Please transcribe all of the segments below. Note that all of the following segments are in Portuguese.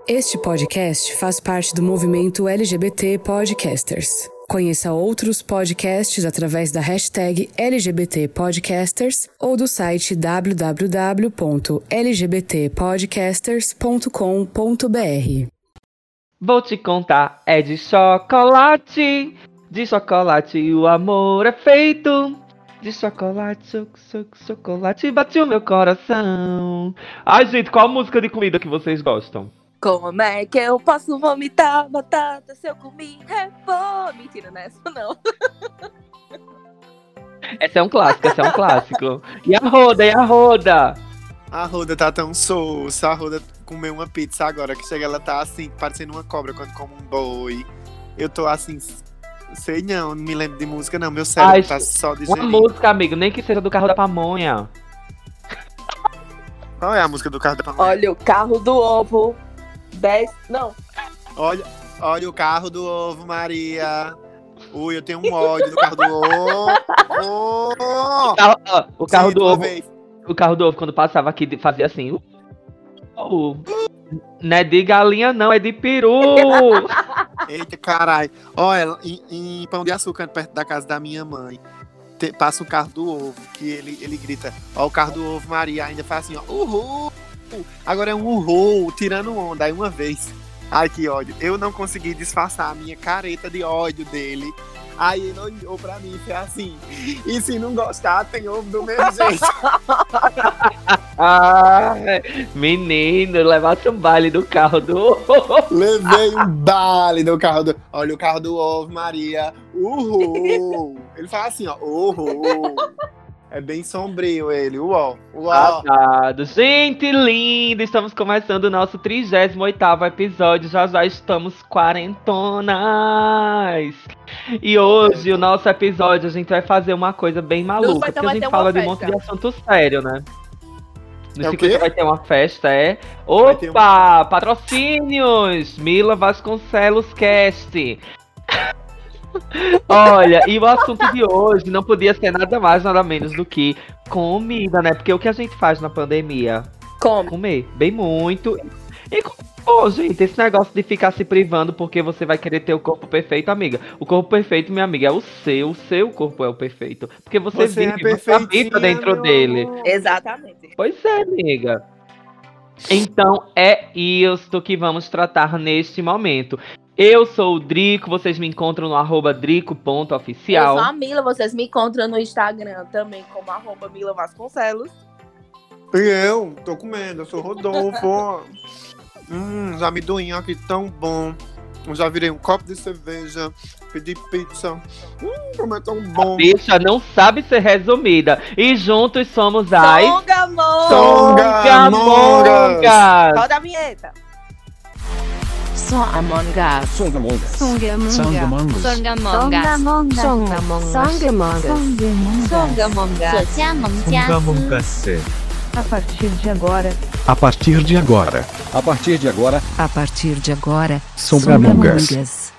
Este podcast faz parte do movimento LGBT Podcasters. Conheça outros podcasts através da hashtag LGBT Podcasters ou do site www.lgbtpodcasters.com.br. Vou te contar, é de chocolate o amor é feito. De chocolate, chocolate, bate o meu coração. Ai, gente, qual música de comida que vocês gostam? Como é que eu posso vomitar batata se eu comi repolho? Mentira, não é essa não. Essa é um clássico. E a Roda? A Roda tá tão sossa. A Roda comeu uma pizza agora, que chega, ela tá assim, parecendo uma cobra quando come um boi. Eu tô assim, sei não me lembro de música não, meu cérebro tá só de uma música, amigo, nem que seja do Carro da Pamonha. Qual é a música do Carro da Pamonha? Olha o carro do ovo. 10, não. Olha o carro do ovo, Maria. Ui, eu tenho um ódio do carro do ovo. O carro do ovo. O carro do ovo, quando passava aqui, fazia assim. Não é de galinha, não, é de peru. Eita, caralho. Olha, em Pão de Açúcar, perto da casa da minha mãe, passa o carro do ovo, que ele grita, ó, o carro do ovo, Maria, ainda faz assim, ó, uhul. Agora é um uhul, tirando onda, aí uma vez. Ai, que ódio. Eu não consegui disfarçar a minha careta de ódio dele. Aí ele olhou pra mim e fez assim, e se não gostar, tem ovo do mesmo jeito. Menino, levasse um baile do carro do ovo. Levei um baile do carro do... Olha o carro do ovo, Maria. Uhul. Ele fala assim, ó, uhul. É bem sombrio ele, uó. Amado. Gente linda, estamos começando o nosso 38º episódio, já estamos quarentonas. E hoje, o nosso episódio, a gente vai fazer uma coisa bem maluca, porque a gente fala de um monte de assunto sério, né? No 50 vai ter uma festa, é? Opa, patrocínios! Mila Vasconcelos Cast. Olha, e o assunto de hoje não podia ser nada mais, nada menos do que comida, né? Porque o que a gente faz na pandemia? Comer bem muito. E, gente, esse negócio de ficar se privando porque você vai querer ter o corpo perfeito, amiga. O corpo perfeito, minha amiga, é o seu corpo é o perfeito. Porque você vive, você habita dentro dele. Exatamente. Pois é, amiga. Então é isto que vamos tratar neste momento. Eu sou o Drico, vocês me encontram no @drico.oficial. Eu sou a Mila, vocês me encontram no Instagram também como @Mila Vasconcelos. E eu tô comendo, eu sou Rodolfo. Os amendoim aqui tão bom. Eu já virei um copo de cerveja, pedi pizza. Como é tão bom. A bicha não sabe ser resumida. E juntos somos as... Songamongas! Roda a vinheta. Songamongas. A partir de agora. Songamongas.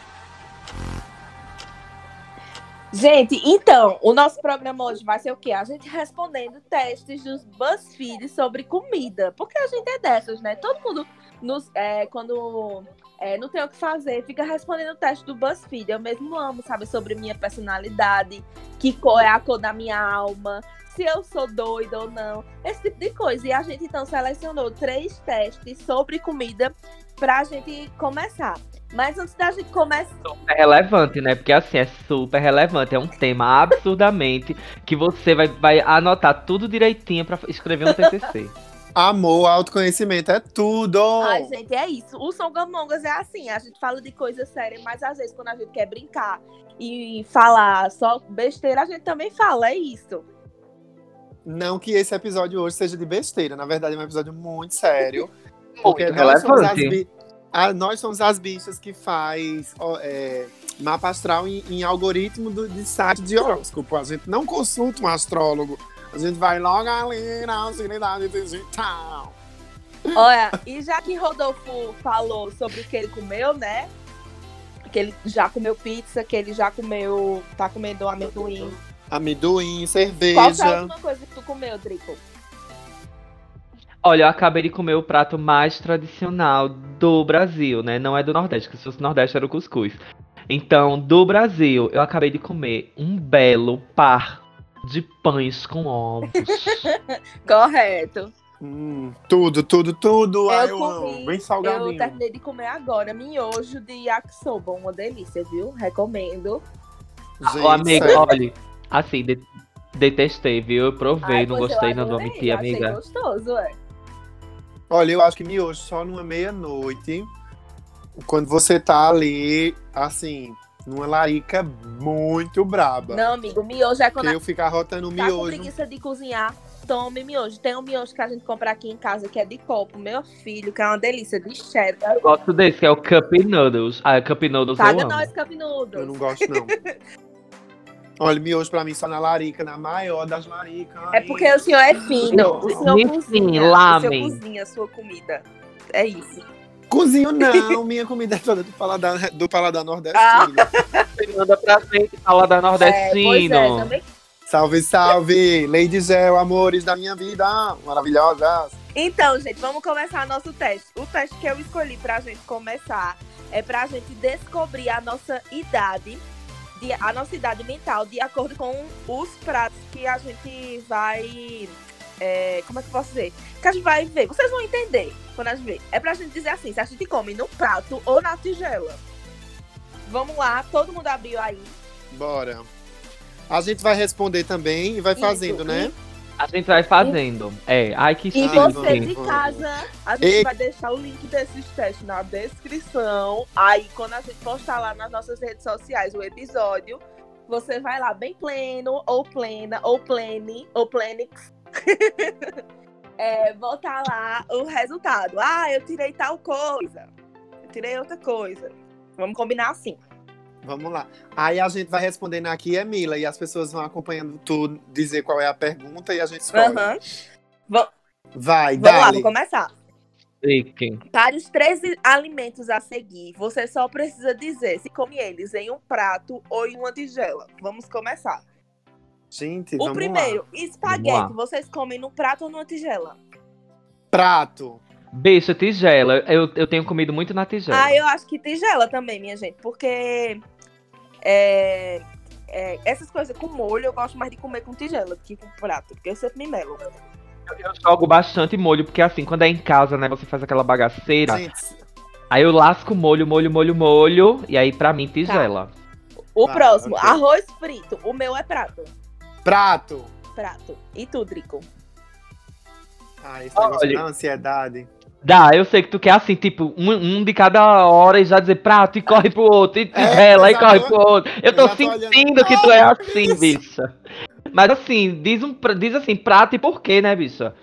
Gente, então, o nosso programa hoje vai ser o quê? A gente respondendo testes dos BuzzFeed sobre comida. Porque a gente é dessas, né? Todo mundo, quando não tem o que fazer, fica respondendo o teste do BuzzFeed. Eu mesmo amo saber sobre minha personalidade, que cor é a cor da minha alma, se eu sou doida ou não, esse tipo de coisa. E a gente, então, selecionou 3 testes sobre comida pra gente começar. Mas antes da gente começar... Super relevante, né? Porque assim, é super relevante. É um tema absurdamente que você vai anotar tudo direitinho pra escrever um TCC. Amor, autoconhecimento é tudo! Ai, gente, é isso. O Songamongas é assim, a gente fala de coisa séria, mas às vezes quando a gente quer brincar e falar só besteira, a gente também fala, é isso. Não que esse episódio hoje seja de besteira, na verdade é um episódio muito sério. Porque nós somos as bichas que faz mapa astral em algoritmo de site de horóscopo. A gente não consulta um astrólogo, a gente vai logo ali na auxiliaridade digital. Olha, e já que Rodolfo falou sobre o que ele comeu, né? Que ele já comeu pizza, que ele já tá comendo amendoim. Amendoim, cerveja. Qual foi a última coisa que tu comeu, Drico? Olha, eu acabei de comer o prato mais tradicional do Brasil, né? Não é do Nordeste, que se fosse do Nordeste era o cuscuz. Então, do Brasil, eu acabei de comer um belo par de pães com ovos. Correto. Tudo. Ai, Eu eu amo. comi, Bem salgadinho. eu terminei de comer agora miojo de yakisoba, uma delícia, viu? Recomendo. Gente, Ô, amigo, sério. olha, assim, detestei, viu? Eu provei, Ai, não pois eu gostei, não vou adorei, mentir, achei amiga. gostoso, Olha, eu acho que miojo só numa meia-noite, quando você tá ali, assim, numa larica muito braba. Não, amigo, miojo é quando Porque eu ficar rotando tá com miojo. preguiça de cozinhar, tome miojo. Tem um miojo que a gente compra aqui em casa, que é de copo, meu filho, que é uma delícia, de cheddar. Eu gosto desse, que é o Cup Noodles. Ah, Cup Noodles Paga eu amo. nós, Cup Eu Noodles. não gosto, não. Olha, miojo pra mim só na larica, na maior das laricas. É porque o senhor é fino, o senhor Sim, cozinha, o senhor lamen. cozinha a sua comida. É isso. Cozinho não, minha comida é toda do paladar nordestino. Você manda pra gente falar da Pois Nordestino. é, também. Salve, salve! Lady Gel, amores da minha vida, maravilhosas. Então, gente, vamos começar nosso teste. O teste que eu escolhi pra gente começar é pra gente descobrir a nossa idade mental de acordo com os pratos que a gente vai... como é que eu posso dizer? Que a gente vai ver. Vocês vão entender quando a gente ver. É pra gente dizer assim, se a gente come no prato ou na tigela. Vamos lá, todo mundo abriu aí. Bora. A gente vai responder também e vai fazendo, Isso, né? A gente vai fazendo. Ai, que E chique. você de vamos. casa, a gente vai deixar o link desses testes na descrição. Aí, quando a gente postar lá nas nossas redes sociais o episódio, você vai lá bem pleno, ou plena, ou plene, ou plenix. Botar lá o resultado. Ah, eu tirei tal coisa. Eu tirei outra coisa. Vamos combinar assim. Vamos lá. Aí a gente vai respondendo aqui, Mila, e as pessoas vão acompanhando tu dizer qual é a pergunta e a gente escolhe. Aham. Vai, Vamos lá, dale. vou começar. Chique. Para os 13 alimentos a seguir, você só precisa dizer se come eles em um prato ou em uma tigela. Vamos começar. Gente, O vamos primeiro, lá. espaguete, Vamos vocês comem num prato ou numa tigela? Prato. Bicho, tigela. Eu tenho comido muito na tigela. Ah, eu acho que tigela também, minha gente, porque essas coisas com molho eu gosto mais de comer com tigela do que com prato, porque eu sempre me melo. Eu jogo bastante molho, porque assim, quando é em casa, né, você faz aquela bagaceira. Gente, Aí eu lasco molho, e aí pra mim tigela. O Tá, próximo, ok. arroz frito. O meu é prato. prato. Prato. E tu, Drico? Ah, esse negócio Olha. da ansiedade. Dá, eu sei que tu quer assim, tipo, um de cada hora e já dizer prato e corre pro outro, e tigela e já corre tô- pro outro. Eu tô já tô sentindo olhando. que tu é assim, isso. bicha. Mas assim, diz assim, prato e por quê, né, bicha?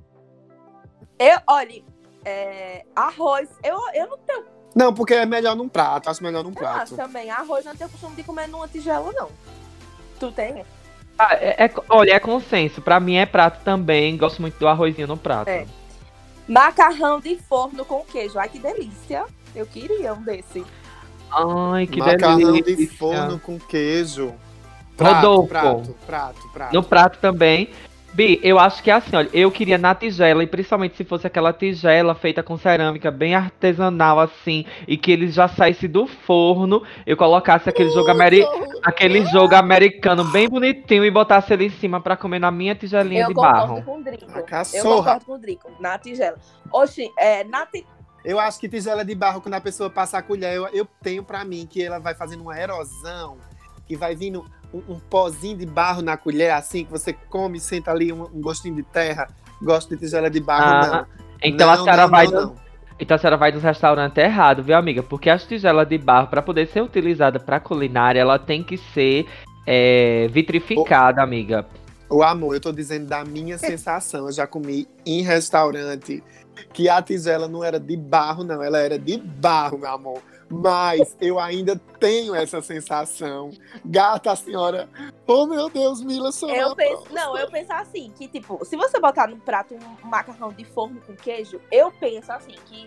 Olha, arroz, eu não tenho. Não, porque é melhor num prato. Acho melhor num Eu acho prato. também. Arroz não tenho costume de comer numa tigela, não. Tu tem? Ah, olha, é consenso. Pra mim é prato também. Gosto muito do arrozinho no prato. É. Macarrão de forno com queijo. Ai, que delícia. Eu queria um desse. Ai, que Macarrão delícia. de forno com queijo. Rodolfo. Prato. No prato também. Bi, eu acho que é assim, olha, eu queria na tigela, e principalmente se fosse aquela tigela feita com cerâmica, bem artesanal assim, e que ele já saísse do forno, eu colocasse aquele jogo americano bem bonitinho e botasse ele em cima pra comer na minha tigelinha Eu de concordo barro. com o Drico. A Eu caçorra. concordo com o Drico. Na tigela. Oxi, Eu acho que tigela de barro, quando a pessoa passa a colher, eu tenho pra mim que ela vai fazendo uma erosão, que vai vindo um pozinho de barro na colher, assim, que você come e senta ali um gostinho de terra. Gosto de tigela de barro, não. Então Não, a senhora não, vai não, não. Então a senhora vai dos restaurantes errado, viu, amiga? Porque as tigelas de barro, pra poder ser utilizada pra culinária, ela tem que ser vitrificada, amiga. O amor, eu tô dizendo da minha sensação. Eu já comi em restaurante que a tigela não era de barro, não. Ela era de barro, meu amor. Mas eu ainda tenho essa sensação. Gata, a senhora... Oh, meu Deus, Mila, sou eu penso assim, que tipo, se você botar num prato um macarrão de forno com queijo, eu penso assim, que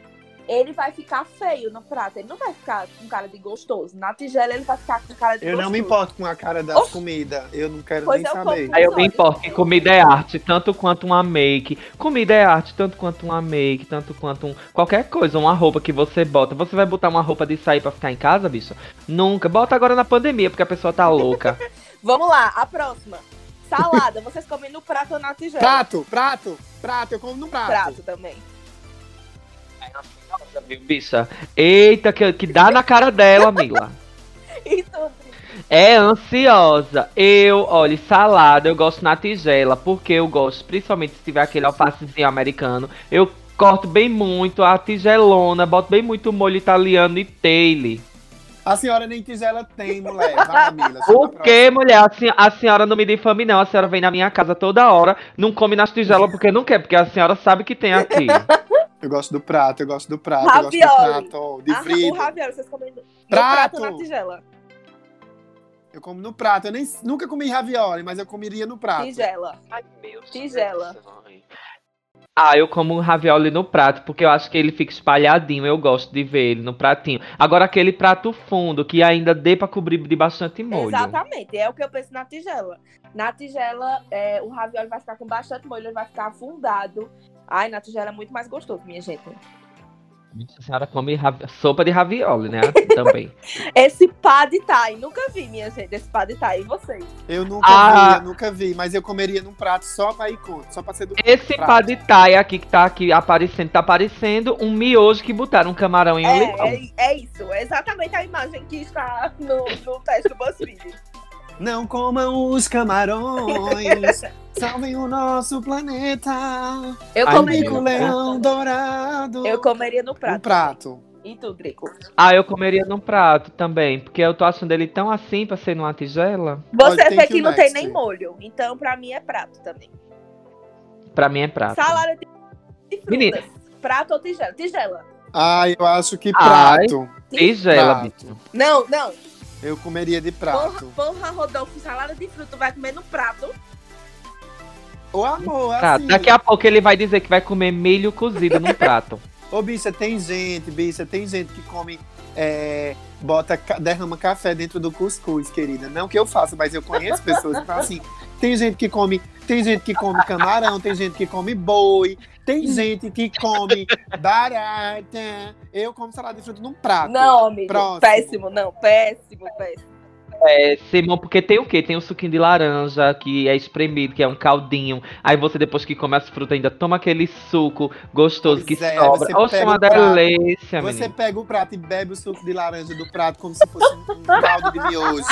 ele vai ficar feio no prato. Ele não vai ficar com cara de gostoso. Na tigela ele vai ficar com cara de Eu gostoso. não me importo com a cara das comidas. Eu não quero Pois nem eu saber. como. Aí eu me importo que comida é arte, tanto quanto uma make. Comida é arte, tanto quanto uma make, tanto quanto qualquer coisa, uma roupa que você bota. Você vai botar uma roupa de sair pra ficar em casa, bicho? Nunca. Bota agora na pandemia, porque a pessoa tá louca. Vamos lá, a próxima. Salada, vocês comem no prato ou na tigela? Prato. Eu como no prato. Prato também. Viu, bicha? Eita, que dá na cara dela, Mila. E tudo. É ansiosa. Olha, salada eu gosto na tigela, porque eu gosto, principalmente se tiver aquele alfacezinho americano, eu corto bem muito a tigelona, boto bem muito molho italiano e taile. A senhora nem tigela tem, mulher. Vai, Mila. O que, mulher? A senhora não me difame, não. A senhora vem na minha casa toda hora, não come nas tigelas porque não quer, porque a senhora sabe que tem aqui. Eu gosto do prato. Ravioli. Ó, de frito. O ravioli, vocês comem no Prato. prato ou na tigela? Eu como no prato. Eu nunca comi ravioli, mas eu comeria no prato. Tigela. Ai, meu Tigela. Eu como um ravioli no prato, porque eu acho que ele fica espalhadinho, eu gosto de ver ele no pratinho. Agora aquele prato fundo, que ainda dê pra cobrir de bastante molho. Exatamente, é o que eu penso na tigela. Na tigela, o ravioli vai ficar com bastante molho, ele vai ficar afundado. Ai, na tigela é muito mais gostoso, minha gente. A senhora come sopa de ravioli, né? Também. Esse pad thai, nunca vi, minha gente, esse pad thai. E vocês? Eu nunca vi, mas eu comeria num prato só pra ir contra, só pra ser do Esse prato. pad thai aqui que tá aqui aparecendo, tá parecendo um miojo que botaram um camarão em um limão. É isso, é exatamente a imagem que está no teste do BuzzFeed. Não comam os camarões, salvem o nosso planeta. Eu Ai, comeria Amigo no leão prato. dourado. Eu comeria no prato. Um prato. E tu, Drico? Eu comeria num prato também, porque eu tô achando ele tão assim pra ser numa tigela. Você Olha, vê que you não tem next. nem molho, então pra mim é prato também. Pra mim é prato. Salada de frutas. Menina. Prato ou tigela? Tigela. Eu acho que Ai. prato. Tigela, Prato. bicho. Não. Eu comeria de prato. Porra, Rodolfo, salada de fruta vai comer no prato. Ô, amor, Tá, assim. daqui a pouco ele vai dizer que vai comer milho cozido num prato. Ô, bicha, tem gente que come, derrama café dentro do cuscuz, querida. Não que eu faça, mas eu conheço pessoas que falam assim. Tem gente que come camarão, tem gente que come boi, tem gente que come barata. Eu como salada de fruta num prato. Não, amigo. Próximo. Péssimo, não. Péssimo. Simão, porque tem o quê? Tem o suquinho de laranja, que é espremido, que é um caldinho. Aí você, depois que come as frutas, ainda toma aquele suco gostoso Pois que é, sobra. você Oxe, pega uma o prato, delícia, Você menino. pega o prato e bebe o suco de laranja do prato como se fosse um caldo de miojo.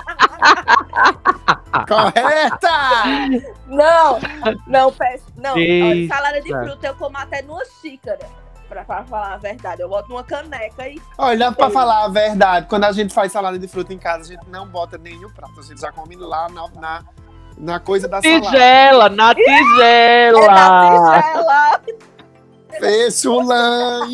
Correta! Não, péssimo. Não, olha, Eita. salada de fruta eu como até numa xícara. Pra falar a verdade. Eu boto numa caneca e. Olha, pra falar a verdade, quando a gente faz salada de fruta em casa, a gente não bota nem no prato. A gente já come lá na coisa da salada. Tigela, na tigela! É na tigela! Fecha o lã!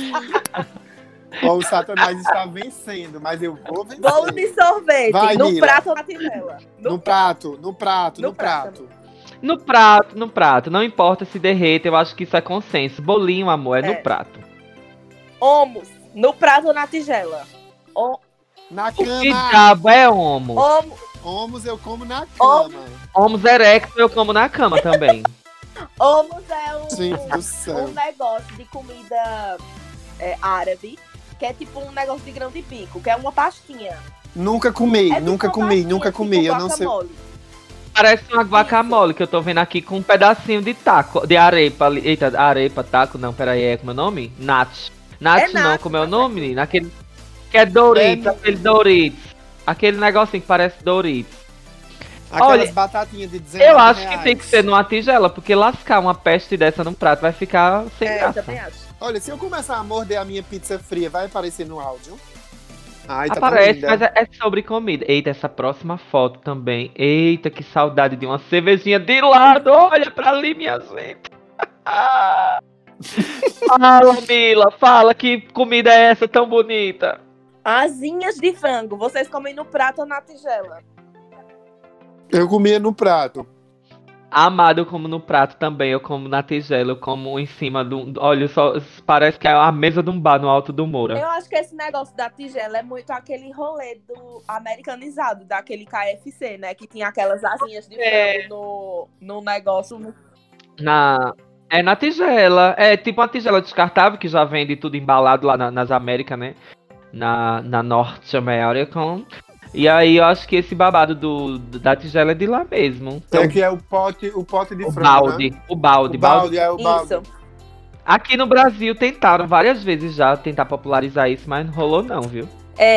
O Satanás está vencendo, mas eu vou vencer. Bolo de sorvete. Vai, no Mila. prato ou na tigela? No prato. No prato. No prato. Não importa se derreta, eu acho que isso é consenso. Bolinho, amor, é no prato. Hummus. No prato ou na tigela? Na Que cama. diabo é homo? Hummus eu como na cama. Homos erecto eu como na cama também. Hummus é Gente do céu. um negócio de comida árabe, que é tipo um negócio de grão de bico, que é uma pastinha. Nunca comi, É tipo nunca uma comi, pastinha, nunca tipo comi. Eu não sei. guacamole. Parece uma guacamole que eu tô vendo aqui com um pedacinho de taco, de arepa ali. Eita, arepa, taco, não, peraí, como é o nome? Nacho. Nacho não, nacho, como é o nome, menina? Aquele que é Doritos, É, aquele Doritos. Aquele negocinho que parece Doritos. Aquelas Olha, batatinhas de 19 Eu acho que reais. tem que ser numa tigela, porque lascar uma peste dessa num prato vai ficar sem Eu graça. também acho. Olha, se eu começar a morder a minha pizza fria, vai aparecer no áudio? Ai, tá tão Aparece, linda. mas é sobre comida. Eita, essa próxima foto também. Eita, que saudade de uma cervejinha de lado. Olha pra ali, minha gente. Fala, Mila, fala que comida é essa tão bonita. Asinhas de frango, vocês comem no prato ou na tigela? Eu comia no prato. Amado, eu como no prato também, eu como na tigela, eu como em cima do. Olha, só parece que é a mesa de um bar no alto do Moura. Eu acho que esse negócio da tigela é muito aquele rolê do americanizado, daquele KFC, né? Que tinha aquelas asinhas de frango no negócio. É na tigela. É tipo uma tigela descartável que já vende tudo embalado lá nas Américas, né? Na Norte América. E aí eu acho que esse babado da tigela é de lá mesmo. É que é o pote de frango, balde, né? O balde. É o balde. Isso. Aqui no Brasil tentaram várias vezes já tentar popularizar isso, mas não rolou não, viu?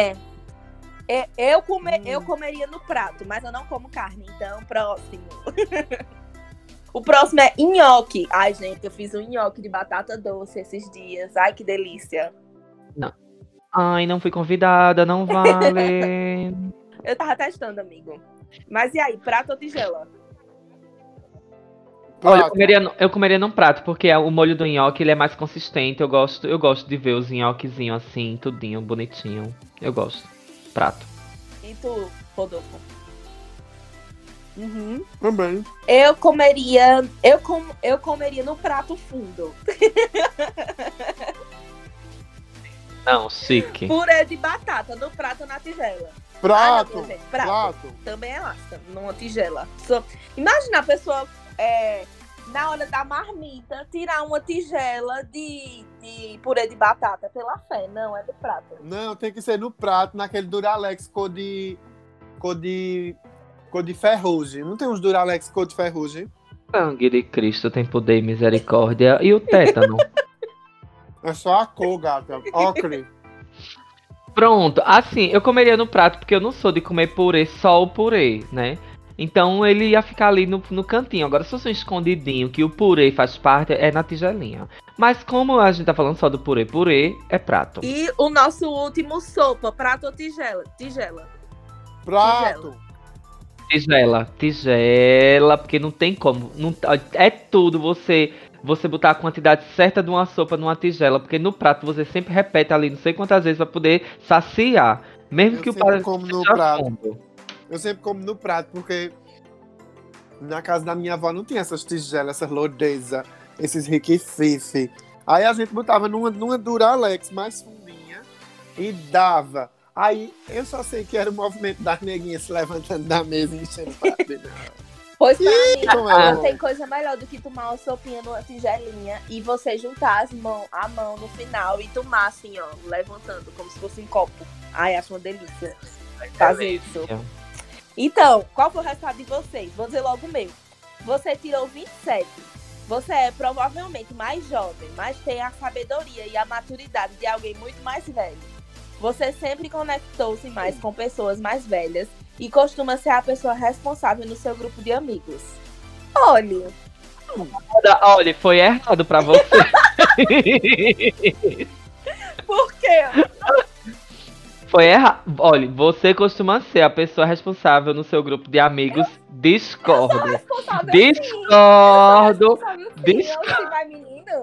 Eu comeria no prato, mas eu não como carne, então próximo. O próximo é nhoque. Ai, gente, eu fiz um nhoque de batata doce esses dias. Ai, que delícia. Não. Ai, não fui convidada, não vale. Eu tava testando, amigo. Mas e aí, prato ou tigela? Olha, eu comeria num prato, porque o molho do nhoque ele é mais consistente. Eu gosto de ver os nhoquezinhos assim, tudinho, bonitinho. Eu gosto. Prato. E tu, Rodolfo? Também. Eu comeria no prato fundo. Não, chique. Purê de batata no prato ou na tigela. Prato. Prato. Também é massa, numa tigela. Imagina a pessoa, na hora da marmita, tirar uma tigela de purê de batata pela fé. Não, é do prato. Não, tem que ser no prato, naquele Duralex cor de ferrugem. Não tem uns Duralex cor de ferrugem? Sangue de Cristo tem poder e misericórdia. E o tétano? É só a cor, gata. Ocre. Pronto, assim, eu comeria no prato porque eu não sou de comer purê, só o purê, né? Então ele ia ficar ali no cantinho. Agora, se fosse um escondidinho que o purê faz parte, é na tigelinha. Mas como a gente tá falando só do purê é prato. E o nosso último sopa, prato ou tigela? Tigela. Prato. Tigela, porque não tem como. Não, é tudo você botar a quantidade certa de uma sopa numa tigela, porque no prato você sempre repete ali não sei quantas vezes pra poder saciar. Mesmo que o prato como no seja prato. fundo. Eu sempre como no prato, porque na casa da minha avó não tinha essas tigelas, essas lodeza, esses riquifife. Aí a gente botava numa Duralex mais fundinha e dava. Aí eu só sei que era o movimento das neguinhas se levantando da mesa e enchendo o prato. Pois pra mim, não tem coisa melhor do que tomar uma sopinha numa tigelinha e você juntar a mão no final e tomar assim, ó, levantando, como se fosse um copo. Ai, acho uma delícia fazer isso. Então, qual foi o resultado de vocês? Vou dizer logo o meu. Você tirou 27. Você é provavelmente mais jovem, mas tem a sabedoria e a maturidade de alguém muito mais velho. Você sempre conectou-se mais com pessoas mais velhas e costuma ser a pessoa responsável no seu grupo de amigos. Olha, foi errado pra você. Por quê? Foi errado. Olha, você costuma ser a pessoa responsável no seu grupo de amigos. Discordo. Discordo. Discordo. Vai, menino?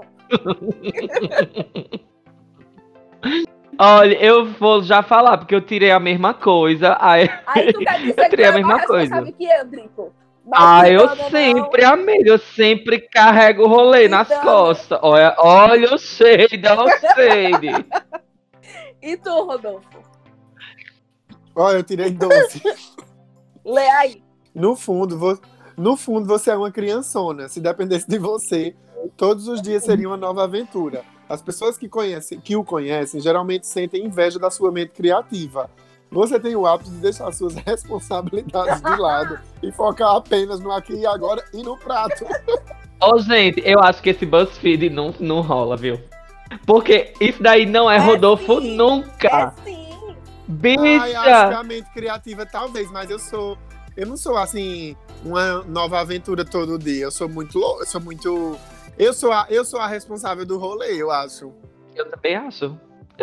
Olha, eu vou já falar, porque eu tirei a mesma coisa. Aí tu quer dizer eu tirei que a mesma coisa. Sabe que eu, Drico? Eu sempre amei, eu sempre carrego o rolê nas costas. Olha o shade, olha o shade. E tu, Rodolfo? Olha, eu tirei 12. Lê aí. No fundo, você é uma criançona. Se dependesse de você, todos os dias seria uma nova aventura. As pessoas que o conhecem geralmente sentem inveja da sua mente criativa. Você tem o hábito de deixar suas responsabilidades de lado e focar apenas no aqui e agora e no prato. Gente, eu acho que esse BuzzFeed não rola, viu? Porque isso daí não é Rodolfo sim, nunca. É sim. Bicha! Acho que a mente criativa talvez, mas eu não sou assim, uma nova aventura todo dia. Eu sou muito louco, eu sou a responsável do rolê, eu acho. Eu também acho.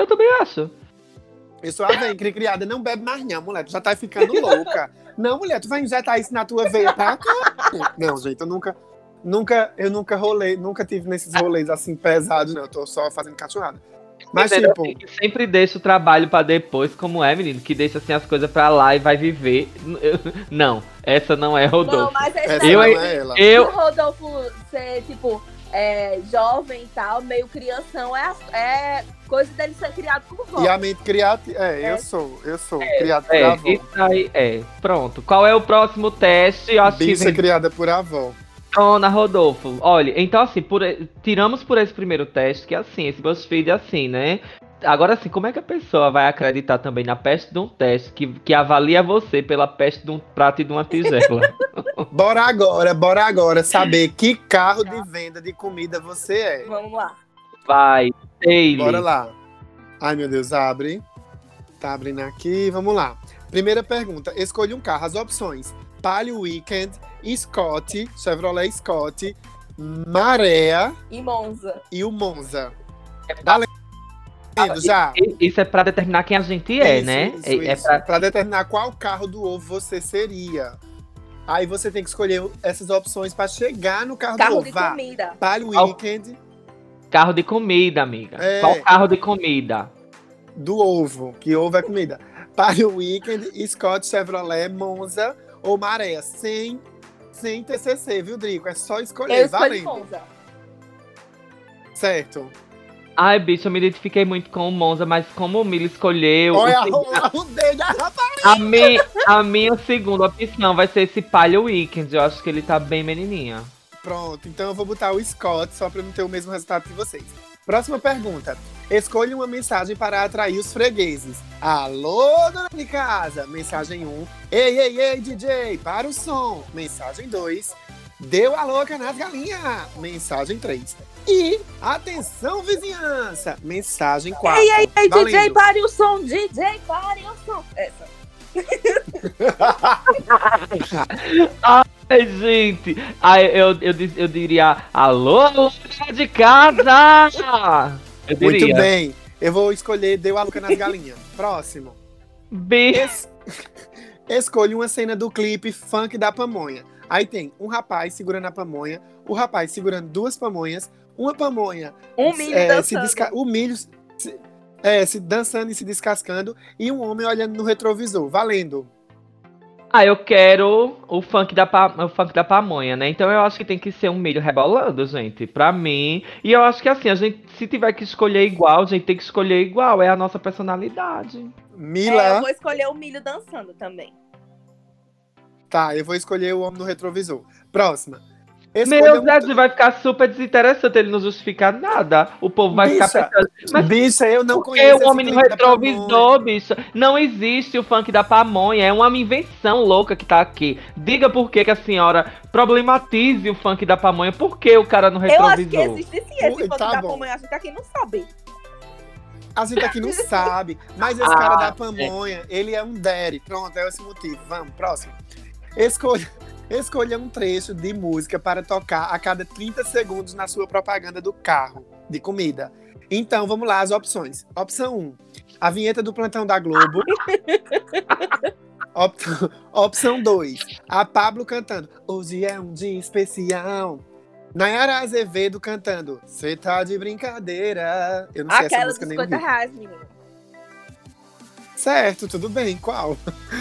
Eu sou a velha criada, não bebe mais não, mulher, tu já tá ficando louca. Não, mulher, tu vai injetar isso na tua veia, tá? Não, gente, eu nunca rolei, nunca tive nesses rolês assim pesados, não, eu tô só fazendo cachorrada. Mas tipo... Sempre deixa o trabalho pra depois, como é, menino, que deixa assim as coisas pra lá e vai viver. Não, Essa não é Rodolfo. Não, mas essa Essa Eu- não é ela. Eu, o Rodolfo ser, tipo, jovem e tal, meio crianção, é coisa dele ser criado por vó. E a mente criativa. Eu sou criado por É, avó. isso aí, pronto. Qual é o próximo teste? Eu acho que Bicha vem criada por avó. Dona Rodolfo. Olha, então assim, tiramos por esse primeiro teste, que assim, esse BuzzFeed é assim, né? Agora assim, como é que a pessoa vai acreditar também na peste de um teste que avalia você pela peste de um prato e de uma tigela? Bora agora saber que carro de venda de comida você é. Vamos lá. Vai, Taylor. Bora lá. Ai, meu Deus, abre. Tá abrindo aqui, vamos lá. Primeira pergunta, escolha um carro. As opções: Palio Weekend, Scott, Chevrolet Scott, Marea E Monza. e o Monza. Valendo já? Isso é pra determinar quem a gente é, Isso, né? Isso. Pra determinar qual carro do ovo você seria. Aí você tem que escolher essas opções pra chegar no carro do Carro ovo. de Vá. comida. Palio Weekend, Carro de comida, amiga. É. Qual carro de comida? do ovo, que ovo é comida. Palio Weekend, Scott, Chevrolet, Monza ou Maré, sem TCC, viu, Drico? É só escolher, Eu escolhi valendo. Monza. Certo. Ai, bicho, eu me identifiquei muito com o Monza, mas como o Milo escolheu... Olha o o dedo, rapaz! a minha segunda opção vai ser esse Palio Weekend. Eu acho que ele tá bem menininha. Pronto, então eu vou botar o Scott só pra não ter o mesmo resultado que vocês. Próxima pergunta. Escolha uma mensagem para atrair os fregueses. Alô, dona de casa. Mensagem 1. Ei, DJ, para o som. Mensagem 2. Deu a louca nas galinhas. Mensagem 3. E atenção, vizinhança. Mensagem 4. Ei, Valendo. DJ, pare o som. DJ, pare o som. Essa. Ai, gente. Ai, eu diria, alô, dona de casa! Eu diria. Muito bem. Eu vou escolher Deu a louca nas galinhas. Próximo. Escolha uma cena do clipe Funk da Pamonha. Aí tem um rapaz segurando a pamonha, o rapaz segurando duas pamonhas, uma pamonha Um milho dançando. o milho se dançando e se descascando, e um homem olhando no retrovisor. Valendo. Eu quero o funk da pamonha, né? Então eu acho que tem que ser um milho rebolando, gente. Pra mim. E eu acho que assim, a gente, se tiver que escolher igual, a gente tem que escolher igual. É a nossa personalidade. Mila. Eu vou escolher o milho dançando também. Tá, eu vou escolher o homem no retrovisor. Próxima. Meu Deus, vai ficar super desinteressante ele não justificar nada. O povo vai ficar pensando. Mas bicha, eu não por que conheço o homem esse no clipe da retrovisor, bicho? Não existe o funk da pamonha. É uma invenção louca que tá aqui. Diga por que a senhora problematize o funk da pamonha. Por que o cara no Eu acho retrovisor? que existe sim esse funk Tá da bom. pamonha. A gente aqui não sabe. A gente aqui não sabe, mas esse cara da pamonha, ele é um daddy. Pronto, é esse motivo. Vamos, próximo. Escolha um trecho de música para tocar a cada 30 segundos na sua propaganda do carro de comida. Então, vamos lá, as opções. Opção 1, a vinheta do Plantão da Globo. Opção 2, a Pablo cantando Hoje é um dia especial. Nayara Azevedo cantando Cê tá de brincadeira. Eu não sei essa Aquela música dos nem no 50 Rio. reais, menina. Certo, tudo bem. Qual?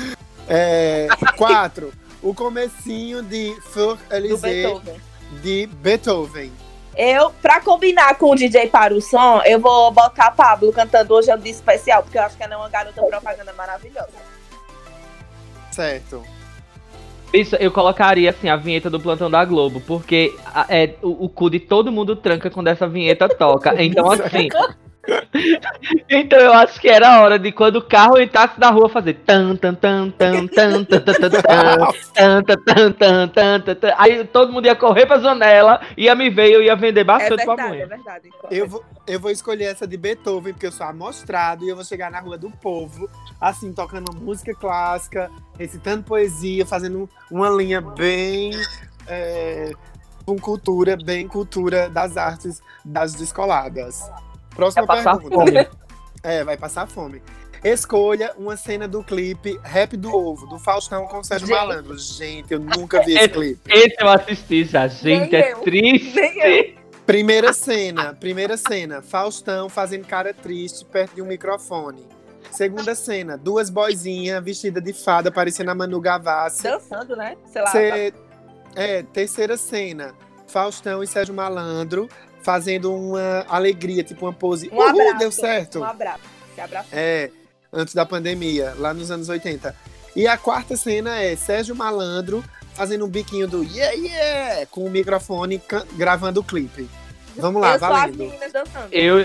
4. O comecinho de Fleur Do Elysée Beethoven. de Beethoven. Pra combinar com o DJ para o som, eu vou botar a Pablo cantando Hoje é um dia especial, porque eu acho que ela é uma garota propaganda maravilhosa. Certo. Isso, eu colocaria assim a vinheta do Plantão da Globo, porque o cu de todo mundo tranca quando essa vinheta toca. Então, assim. Então eu acho que era a hora de quando o carro entrasse na rua fazer tan tan tan tan tan tan tan tan tan tan tan tan tan. Aí todo mundo ia correr pra janela, ia me ver e eu ia vender bastante pamonha. É verdade. Eu vou escolher essa de Beethoven, porque eu sou amostrado e eu vou chegar na rua do povo, assim, tocando uma música clássica, recitando poesia, fazendo uma linha bem com cultura, bem cultura das artes das descoladas. Próxima pergunta. Vai passar fome. Escolha uma cena do clipe Rap do Ovo, do Faustão com o Sérgio Malandro. Gente, eu nunca vi esse clipe. Esse eu assisti já, gente, Nem é eu. triste. Nem eu. Primeira cena. Faustão fazendo cara triste perto de um microfone. Segunda cena, 2 boizinhas vestidas de fada, parecendo a Manu Gavassi. Dançando, né? Sei lá. Terceira cena, Faustão e Sérgio Malandro fazendo uma alegria, tipo uma pose. Um abraço, deu certo. Um abraço. Se abraçou. Antes da pandemia, lá nos anos 80. E a quarta cena é Sérgio Malandro fazendo um biquinho do yeah, yeah, com o microfone gravando o clipe. Vamos lá, valendo. As meninas dançando.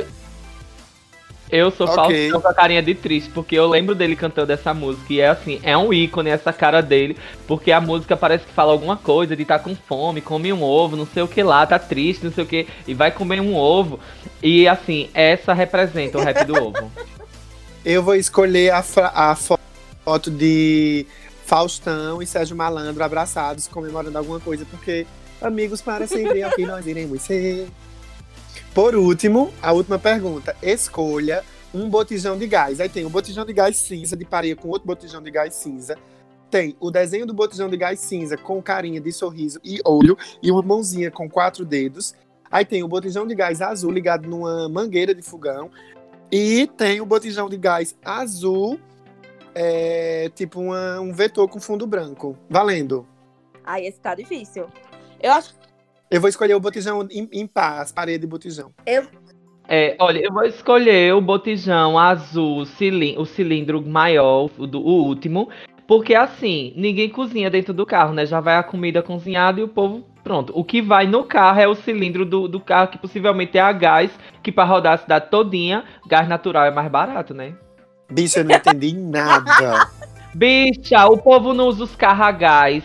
Eu sou Faustão com a carinha de triste, porque eu lembro dele cantando essa música. E é assim, é um ícone essa cara dele, porque a música parece que fala alguma coisa de tá com fome, come um ovo, não sei o que lá, tá triste, não sei o que, e vai comer um ovo. E assim, essa representa o rap do ovo. Eu vou escolher a foto de Faustão e Sérgio Malandro abraçados, comemorando alguma coisa, porque amigos para sempre é o que nós iremos ser. Por último, a última pergunta. Escolha um botijão de gás. Aí tem o botijão de gás cinza de pareia com outro botijão de gás cinza. Tem o desenho do botijão de gás cinza com carinha de sorriso e olho e uma mãozinha com 4 dedos. Aí tem o botijão de gás azul ligado numa mangueira de fogão. E tem o botijão de gás azul, tipo um vetor com fundo branco. Valendo. Aí esse tá difícil. Eu vou escolher o botijão em paz, parede de botijão. Olha, eu vou escolher o botijão azul, o cilindro maior, o último, porque assim, ninguém cozinha dentro do carro, né? Já vai a comida cozinhada e o povo, pronto. O que vai no carro é o cilindro do carro, que possivelmente é a gás, que pra rodar a cidade todinha, gás natural é mais barato, né? Bicha, eu não entendi nada. Bicha, o povo não usa os carros a gás.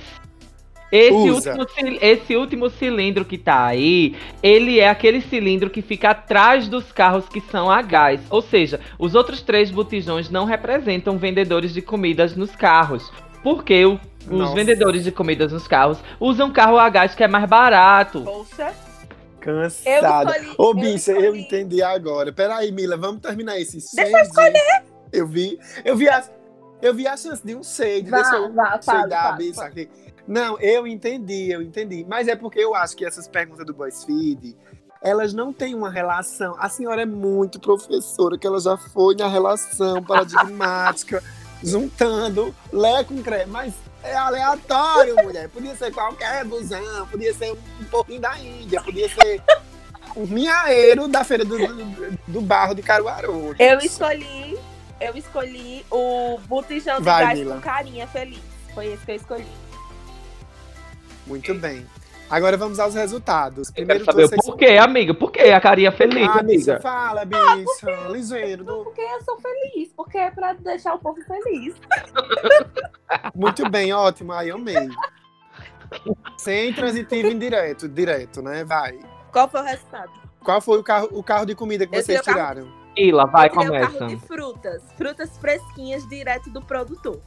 Esse último cilindro que tá aí, ele é aquele cilindro que fica atrás dos carros que são a gás. Ou seja, os outros 3 botijões não representam vendedores de comidas nos carros. Porque os vendedores de comidas nos carros usam carro a gás que é mais barato. Poxa. Cansada. Ô, bicha, eu entendi agora. Peraí, Mila, vamos terminar esse Deixa eu escolher. Eu vi a chance de um shade. Deixa eu dar, bicha, aqui. Não, eu entendi. Mas é porque eu acho que essas perguntas do BuzzFeed, elas não têm uma relação. A senhora é muito professora, que ela já foi na relação paradigmática, juntando Lé com Cré. Mas é aleatório, mulher. Podia ser qualquer busão, podia ser um pouquinho da Índia, podia ser um minhaeiro da feira do barro de Caruaru. Eu escolhi o botijão de gás Mila. Com carinha feliz. Foi esse que eu escolhi. Muito bem. Agora vamos aos resultados. Primeiro, eu quero saber por quê, amiga? Por que a carinha feliz, amiga? Fala, bicha. Ligeiro. Porque eu sou feliz. Porque é pra deixar o povo feliz. Muito bem, ótimo. Aí eu amei. Sem transitivo indireto. Direto, né? Vai. Qual foi o resultado? Qual foi o carro de comida que vocês tiraram? Ila, vai, começa. Eu o carro de frutas. Frutas fresquinhas, direto do produtor.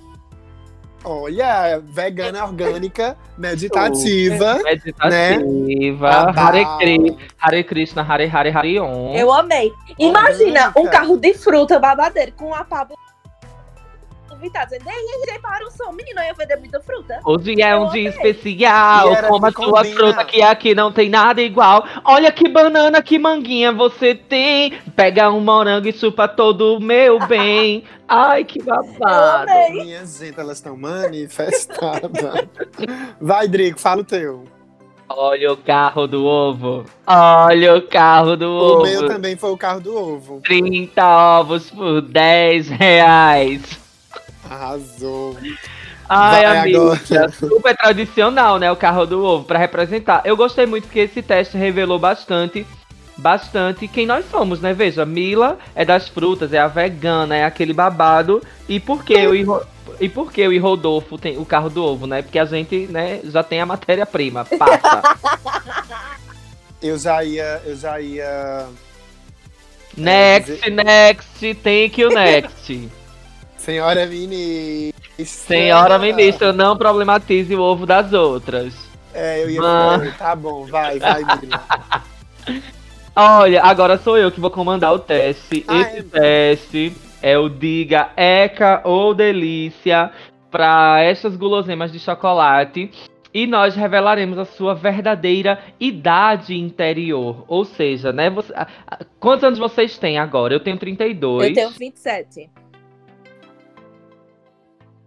Olha, vegana, orgânica, meditativa. Meditativa. Né? Hare Krishna, Hare Hare, Hare Om. Eu amei. Imagina um carro de fruta babadeiro com a pá dizendo, ei, para o som, menino, eu ia vender muita fruta. Hoje é um dia especial, coma sua fruta que aqui não tem nada igual. Olha que banana, que manguinha você tem. Pega um morango e chupa todo o meu bem. Ai, que babado. Minha gente, elas estão manifestadas. Vai, Drico, fala o teu. Olha o carro do ovo. Olha o carro do ovo. O meu também foi o carro do ovo. 30 ovos por R$10. Arrasou. Ai, amiga, super tradicional, né? O carro do ovo, pra representar. Eu gostei muito porque esse teste revelou bastante quem nós somos, né? Veja, Mila é das frutas, é a vegana, é aquele babado. E por que eu e Rodolfo tem o carro do ovo, né? Porque a gente, né, já tem a matéria-prima. Passa. Eu já ia... Next, thank you, next. Senhora ministra. Senhora ministra, não problematize o ovo das outras. Eu ia falar, tá bom, vai, Mila. Olha, agora sou eu que vou comandar o teste. Esse teste é o Diga Eca ou Delícia para estas guloseimas de chocolate. E nós revelaremos a sua verdadeira idade interior. Ou seja, né? Quantos anos vocês têm agora? Eu tenho 32. Eu tenho 27.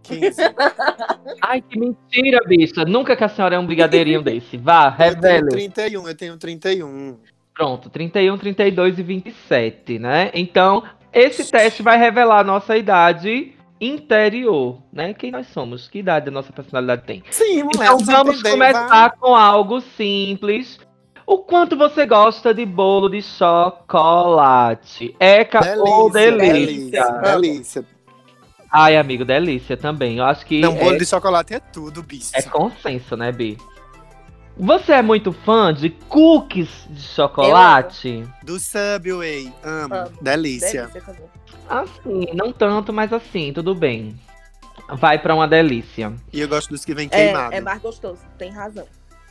15. Ai, que mentira, bicha. Nunca que a senhora é um brigadeirinho desse. Vá, revele. Eu tenho 31. Pronto, 31, 32 e 27, né? Então, esse teste vai revelar a nossa idade interior, né? Quem nós somos, que idade a nossa personalidade tem. Sim, mulher, Então vamos começar com algo simples. O quanto você gosta de bolo de chocolate? Eca ou delícia? Delícia. Ai, amigo, delícia também. Eu acho que. Não, bolo de chocolate é tudo, bicho. É consenso, né, Bi? Você é muito fã de cookies de chocolate? Do Subway. Amo. Delícia. Assim, não tanto, mas assim, tudo bem. Vai pra uma delícia. E eu gosto dos que vem queimado. É mais gostoso, tem razão.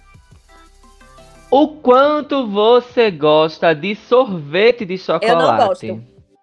O quanto você gosta de sorvete de chocolate? Eu não gosto.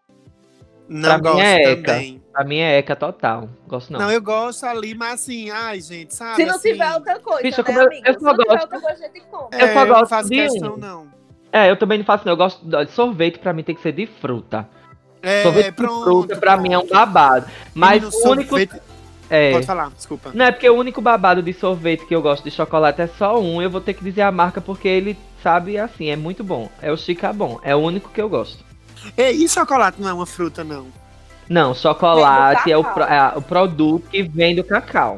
Não gosto também. Pra mim é eca total. Gosto não. Não, eu gosto ali, mas assim, ai, gente, sabe? Se não assim, tiver outra coisa, bicho, né, eu amigo? só Se não gosto- tiver outra coisa, a gente compra. Eu só gosto não faço de questão, um. não. Eu também não faço não. Eu gosto de sorvete, pra mim tem que ser de fruta. É, Sorvete de fruta, pra mim é um babado. Mas Menino, o único... sorvete- É. Pode falar, desculpa. Não, é porque o único babado de sorvete que eu gosto de chocolate é só um. Eu vou ter que dizer a marca porque ele, sabe, assim, é muito bom. É o Chicabon. É o único que eu gosto. E chocolate não é uma fruta, não? Não, chocolate Vem é do cacau. o produto que vem do cacau.